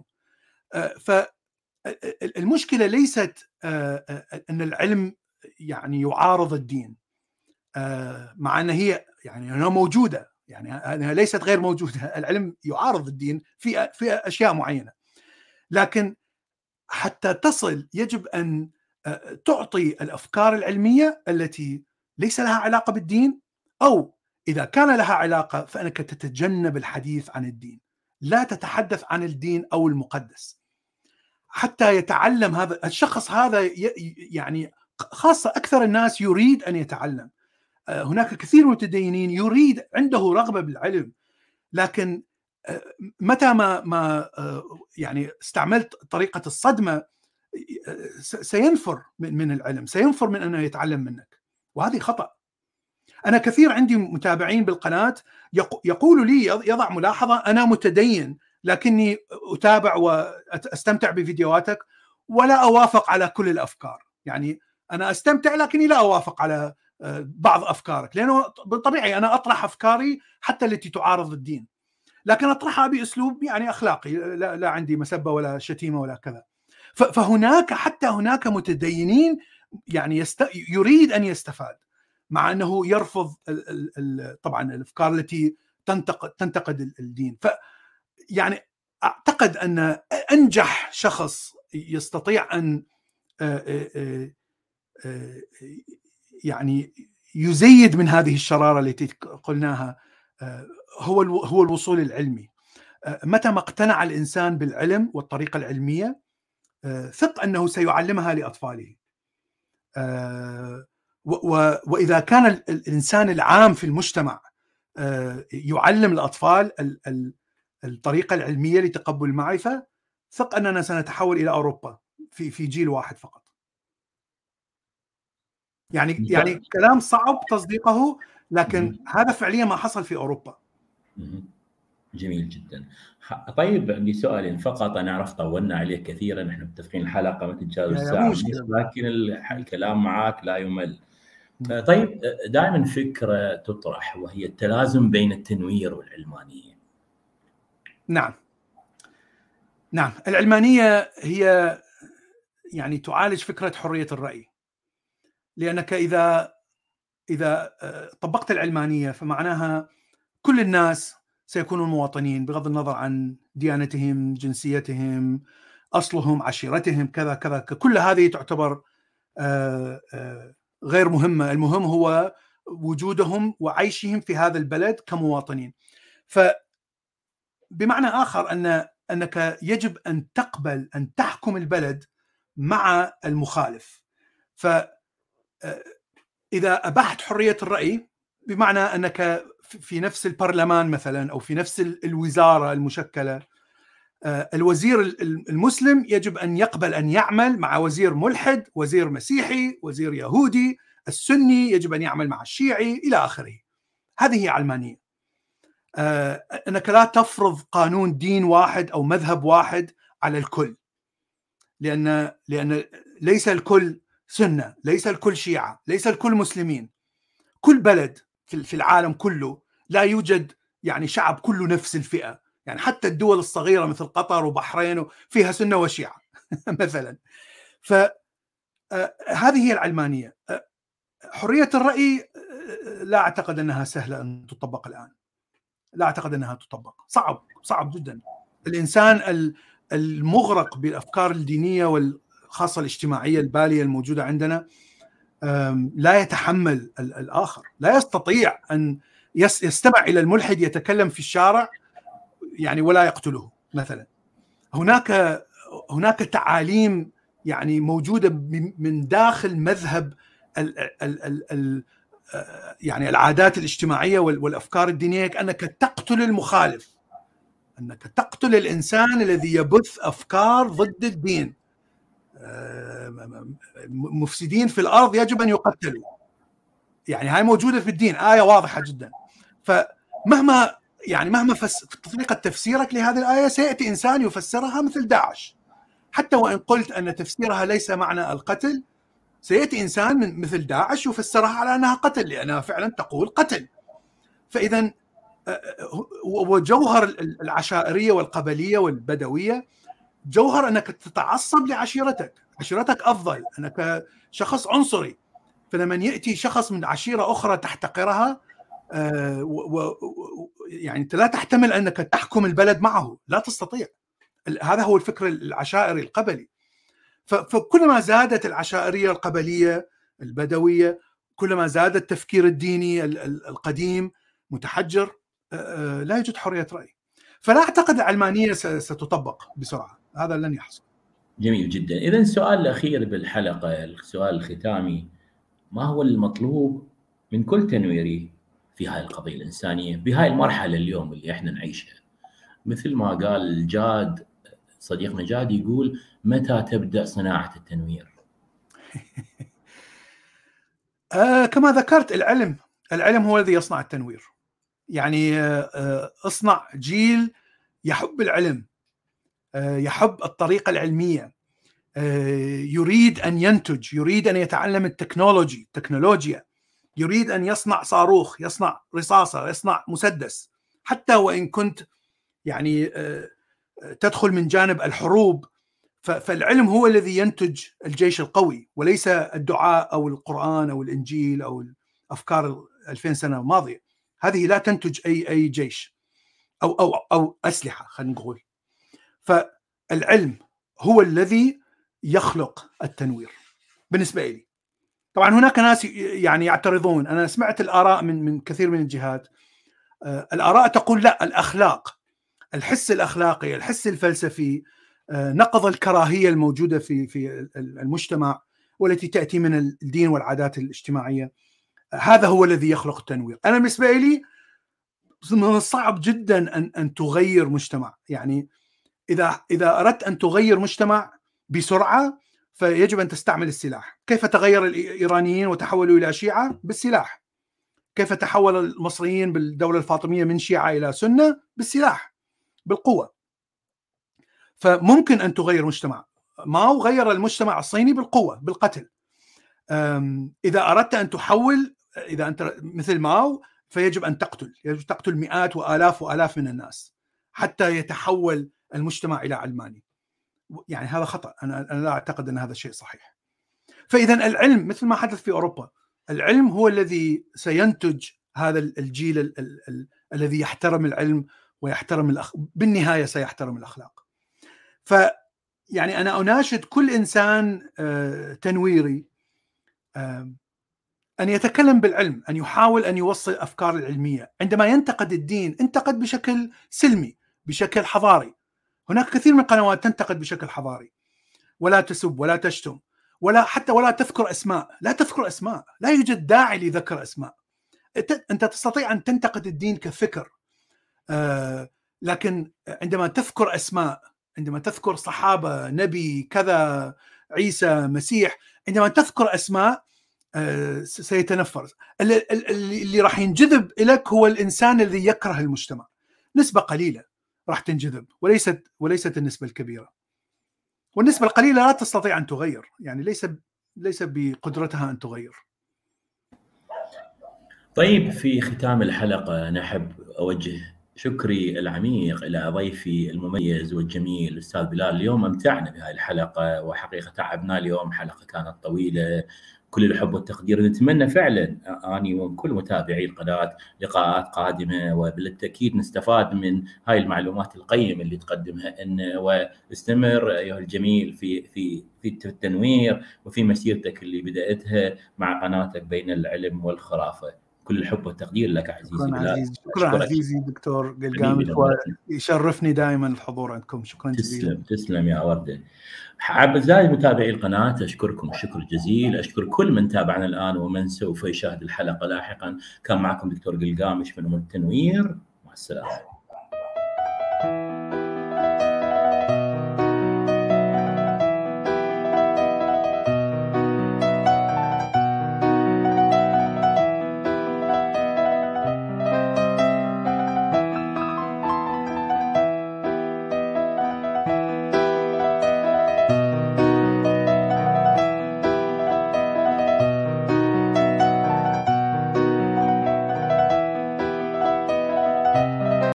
فالمشكلة ليست أن العلم يعني يعارض الدين، مع أن هي يعني أنها موجودة، يعني أنها ليست غير موجودة. العلم يعارض الدين في أشياء معينة، لكن حتى تصل يجب أن تعطي الأفكار العلمية التي ليس لها علاقة بالدين، أو إذا كان لها علاقة فإنك تتجنب الحديث عن الدين، لا تتحدث عن الدين أو المقدس، حتى يتعلم هذا الشخص. هذا يعني خاصة أكثر الناس يريد أن يتعلم. هناك كثير من المتدينين يريد، عنده رغبة بالعلم، لكن متى ما يعني استعملت طريقة الصدمة سينفر من العلم، سينفر من أنه يتعلم منك، وهذه خطأ. أنا كثير عندي متابعين بالقناة يقولوا لي، يضع ملاحظة: أنا متدين لكني أتابع وأستمتع بفيديوهاتك ولا أوافق على كل الأفكار. يعني أنا أستمتع لكني لا أوافق على بعض أفكارك، لأنه بالطبيعي أنا أطرح أفكاري حتى التي تعارض الدين، لكن أطرحها بأسلوب يعني أخلاقي، لا عندي مسبة ولا شتيمة ولا كذا. فهناك حتى هناك متدينين يعني يريد أن يستفاد، مع أنه يرفض طبعا الأفكار التي تنتقد الدين. يعني أعتقد أن أنجح شخص يستطيع أن يعني يزيد من هذه الشرارة التي قلناها هو الوصول العلمي. متى ما اقتنع الإنسان بالعلم والطريقة العلمية ثق أنه سيعلمها لأطفاله. وإذا كان الإنسان العام في المجتمع يعلم الأطفال الطريقة العلمية لتقبل المعرفة، ثق أننا سنتحول إلى أوروبا في جيل واحد فقط. يعني كلام صعب تصديقه، لكن هذا فعليا ما حصل في أوروبا. جميل جدا. طيب عندي سؤالين فقط، أنا أعرف طولنا عليه كثيرا، نحن متفقين الحلقة ما تتجاوز ساعة ونص، لكن الكلام معك لا يمل. طيب دائما فكرة تطرح وهي التلازم بين التنوير والعلمانية. نعم، العلمانية هي يعني تعالج فكرة حرية الرأي، لأنك إذا طبقت العلمانية فمعناها كل الناس سيكونون مواطنين بغض النظر عن ديانتهم، جنسيتهم، أصلهم، عشيرتهم، كذا كذا. كل هذه تعتبر غير مهمة. المهم هو وجودهم وعيشهم في هذا البلد كمواطنين. فبمعنى آخر أنك يجب أن تقبل أن تحكم البلد مع المخالف. فإذا أبحت حرية الرأي بمعنى أنك في نفس البرلمان مثلا أو في نفس الوزارة المشكلة، الوزير المسلم يجب أن يقبل أن يعمل مع وزير ملحد، وزير مسيحي، وزير يهودي، السني يجب أن يعمل مع الشيعي إلى آخره. هذه هي علمانية. أنك لا تفرض قانون دين واحد أو مذهب واحد على الكل، لأن ليس الكل سنة، ليس الكل شيعة، ليس الكل مسلمين. كل بلد في العالم كله لا يوجد يعني شعب كله نفس الفئة. يعني حتى الدول الصغيرة مثل قطر وبحرين فيها سنة وشيعة مثلا. فهذه هي العلمانية. حرية الرأي لا أعتقد أنها سهلة أن تطبق الآن، لا أعتقد أنها تطبق، صعب جدا. الإنسان المغرق بالأفكار الدينية والخاصة الاجتماعية البالية الموجودة عندنا لا يتحمل الآخر، لا يستطيع أن يستمع إلى الملحد يتكلم في الشارع يعني ولا يقتله مثلا. هناك تعاليم يعني موجودة من داخل مذهب يعني العادات الاجتماعية والأفكار الدينية، أنك تقتل المخالف، أنك تقتل الإنسان الذي يبث أفكار ضد الدين. مفسدين في الأرض يجب أن يقتلوا. يعني هاي موجودة في الدين، آية واضحة جدا. فمهما طريقة تفسيرك لهذه الآية سيأتي إنسان يفسرها مثل داعش، حتى وإن قلت أن تفسيرها ليس معنى القتل، سيأتي إنسان مثل داعش يفسرها على أنها قتل، لأنها فعلا تقول قتل. فإذا وجوهر العشائرية والقبلية والبدوية جوهر أنك تتعصب لعشيرتك، عشيرتك أفضل، أنك شخص عنصري. فلما يأتي شخص من عشيرة أخرى تحتقرها يعني أنت لا تحتمل أنك تحكم البلد معه، لا تستطيع. هذا هو الفكر العشائري القبلي. فكلما زادت العشائرية القبلية البدوية، كلما زاد التفكير الديني القديم متحجر، لا يوجد حرية رأي. فلا أعتقد العلمانية ستطبق بسرعة، هذا لن يحصل. جميل جدا. إذن السؤال الأخير بالحلقة، السؤال الختامي، ما هو المطلوب من كل تنويري في هاي القضية الإنسانية بهاي المرحلة اليوم اللي احنا نعيشها؟ مثل ما قال جاد، صديقنا جاد يقول: متى تبدأ صناعة التنوير؟ كما ذكرت، العلم هو الذي يصنع التنوير. يعني اصنع جيل يحب العلم، يحب الطريقة العلمية، يريد أن ينتج، يريد أن يتعلم التكنولوجيا، يريد أن يصنع صاروخ، يصنع رصاصة، يصنع مسدس، حتى وإن كنت يعني تدخل من جانب الحروب. فالعلم هو الذي ينتج الجيش القوي، وليس الدعاء أو القرآن أو الإنجيل أو الأفكار 2000 سنة الماضية. هذه لا تنتج أي جيش أو أسلحة، خلينا نقول. فالعلم هو الذي يخلق التنوير بالنسبة لي. طبعا هناك ناس يعني يعترضون. أنا سمعت الآراء من كثير من الجهات. الآراء تقول لا، الأخلاق، الحس الأخلاقي، الحس الفلسفي، نقض الكراهية الموجودة في المجتمع والتي تأتي من الدين والعادات الاجتماعية، هذا هو الذي يخلق التنوير. أنا بالنسبة لي من الصعب جدا أن تغير مجتمع. يعني إذا أردت أن تغير مجتمع بسرعة فيجب أن تستعمل السلاح. كيف تغير الإيرانيين وتحولوا إلى شيعة؟ بالسلاح. كيف تحول المصريين بالدولة الفاطمية من شيعة إلى سنة؟ بالسلاح، بالقوة. فممكن أن تغير مجتمع. ماو غير المجتمع الصيني بالقوة، بالقتل. إذا أردت أن تحول، إذا أنت مثل ماو، فيجب أن تقتل مئات وآلاف من الناس حتى يتحول المجتمع إلى علماني. يعني هذا خطأ. أنا لا أعتقد أن هذا الشيء صحيح. فإذا العلم مثل ما حدث في أوروبا، العلم هو الذي سينتج هذا الجيل الذي يحترم العلم ويحترم بالنهاية سيحترم الأخلاق. فيعني أنا أناشد كل إنسان تنويري أن يتكلم بالعلم، أن يحاول أن يوصل الأفكار العلمية. عندما ينتقد الدين، انتقد بشكل سلمي، بشكل حضاري. هناك كثير من القنوات تنتقد بشكل حضاري، ولا تسب ولا تشتم ولا تذكر أسماء. لا تذكر أسماء، لا يوجد داعي لذكر أسماء. أنت تستطيع أن تنتقد الدين كفكر، لكن عندما تذكر أسماء، عندما تذكر صحابة، نبي كذا، عيسى، مسيح، عندما تذكر أسماء سيتنفر. اللي راح ينجذب إليك هو الإنسان الذي يكره المجتمع. نسبة قليلة راح تنجذب، وليست النسبة الكبيرة. والنسبة القليلة لا تستطيع أن تغير، يعني ليس بقدرتها أن تغير. طيب، في ختام الحلقة أنا أحب أوجه شكري العميق إلى ضيفي المميز والجميل الأستاذ بلال. اليوم أمتعنا بهذه الحلقة، وحقيقة تعبنا اليوم. حلقة كانت طويلة، كل الحب والتقدير. نتمنى فعلا أني وكل متابعي القناة لقاءات قادمة، وبالتأكيد نستفاد من هاي المعلومات القيمة اللي تقدمها واستمر أيها الجميل في التنوير وفي مسيرتك اللي بدأتها مع قناتك بين العلم والخرافة. كل الحب والتقدير لك عزيزي بلال. شكرا عزيزي دكتور قلقامش، ويشرفني دائما الحضور عندكم. شكرا جزيلا. تسلم يا وردة. أعزائي متابعي القناة، أشكركم الشكر الجزيل. أشكر كل من تابعنا الآن ومن سوف يشاهد الحلقة لاحقا. كان معكم دكتور قلقامش من أم التنوير. مع السلامة.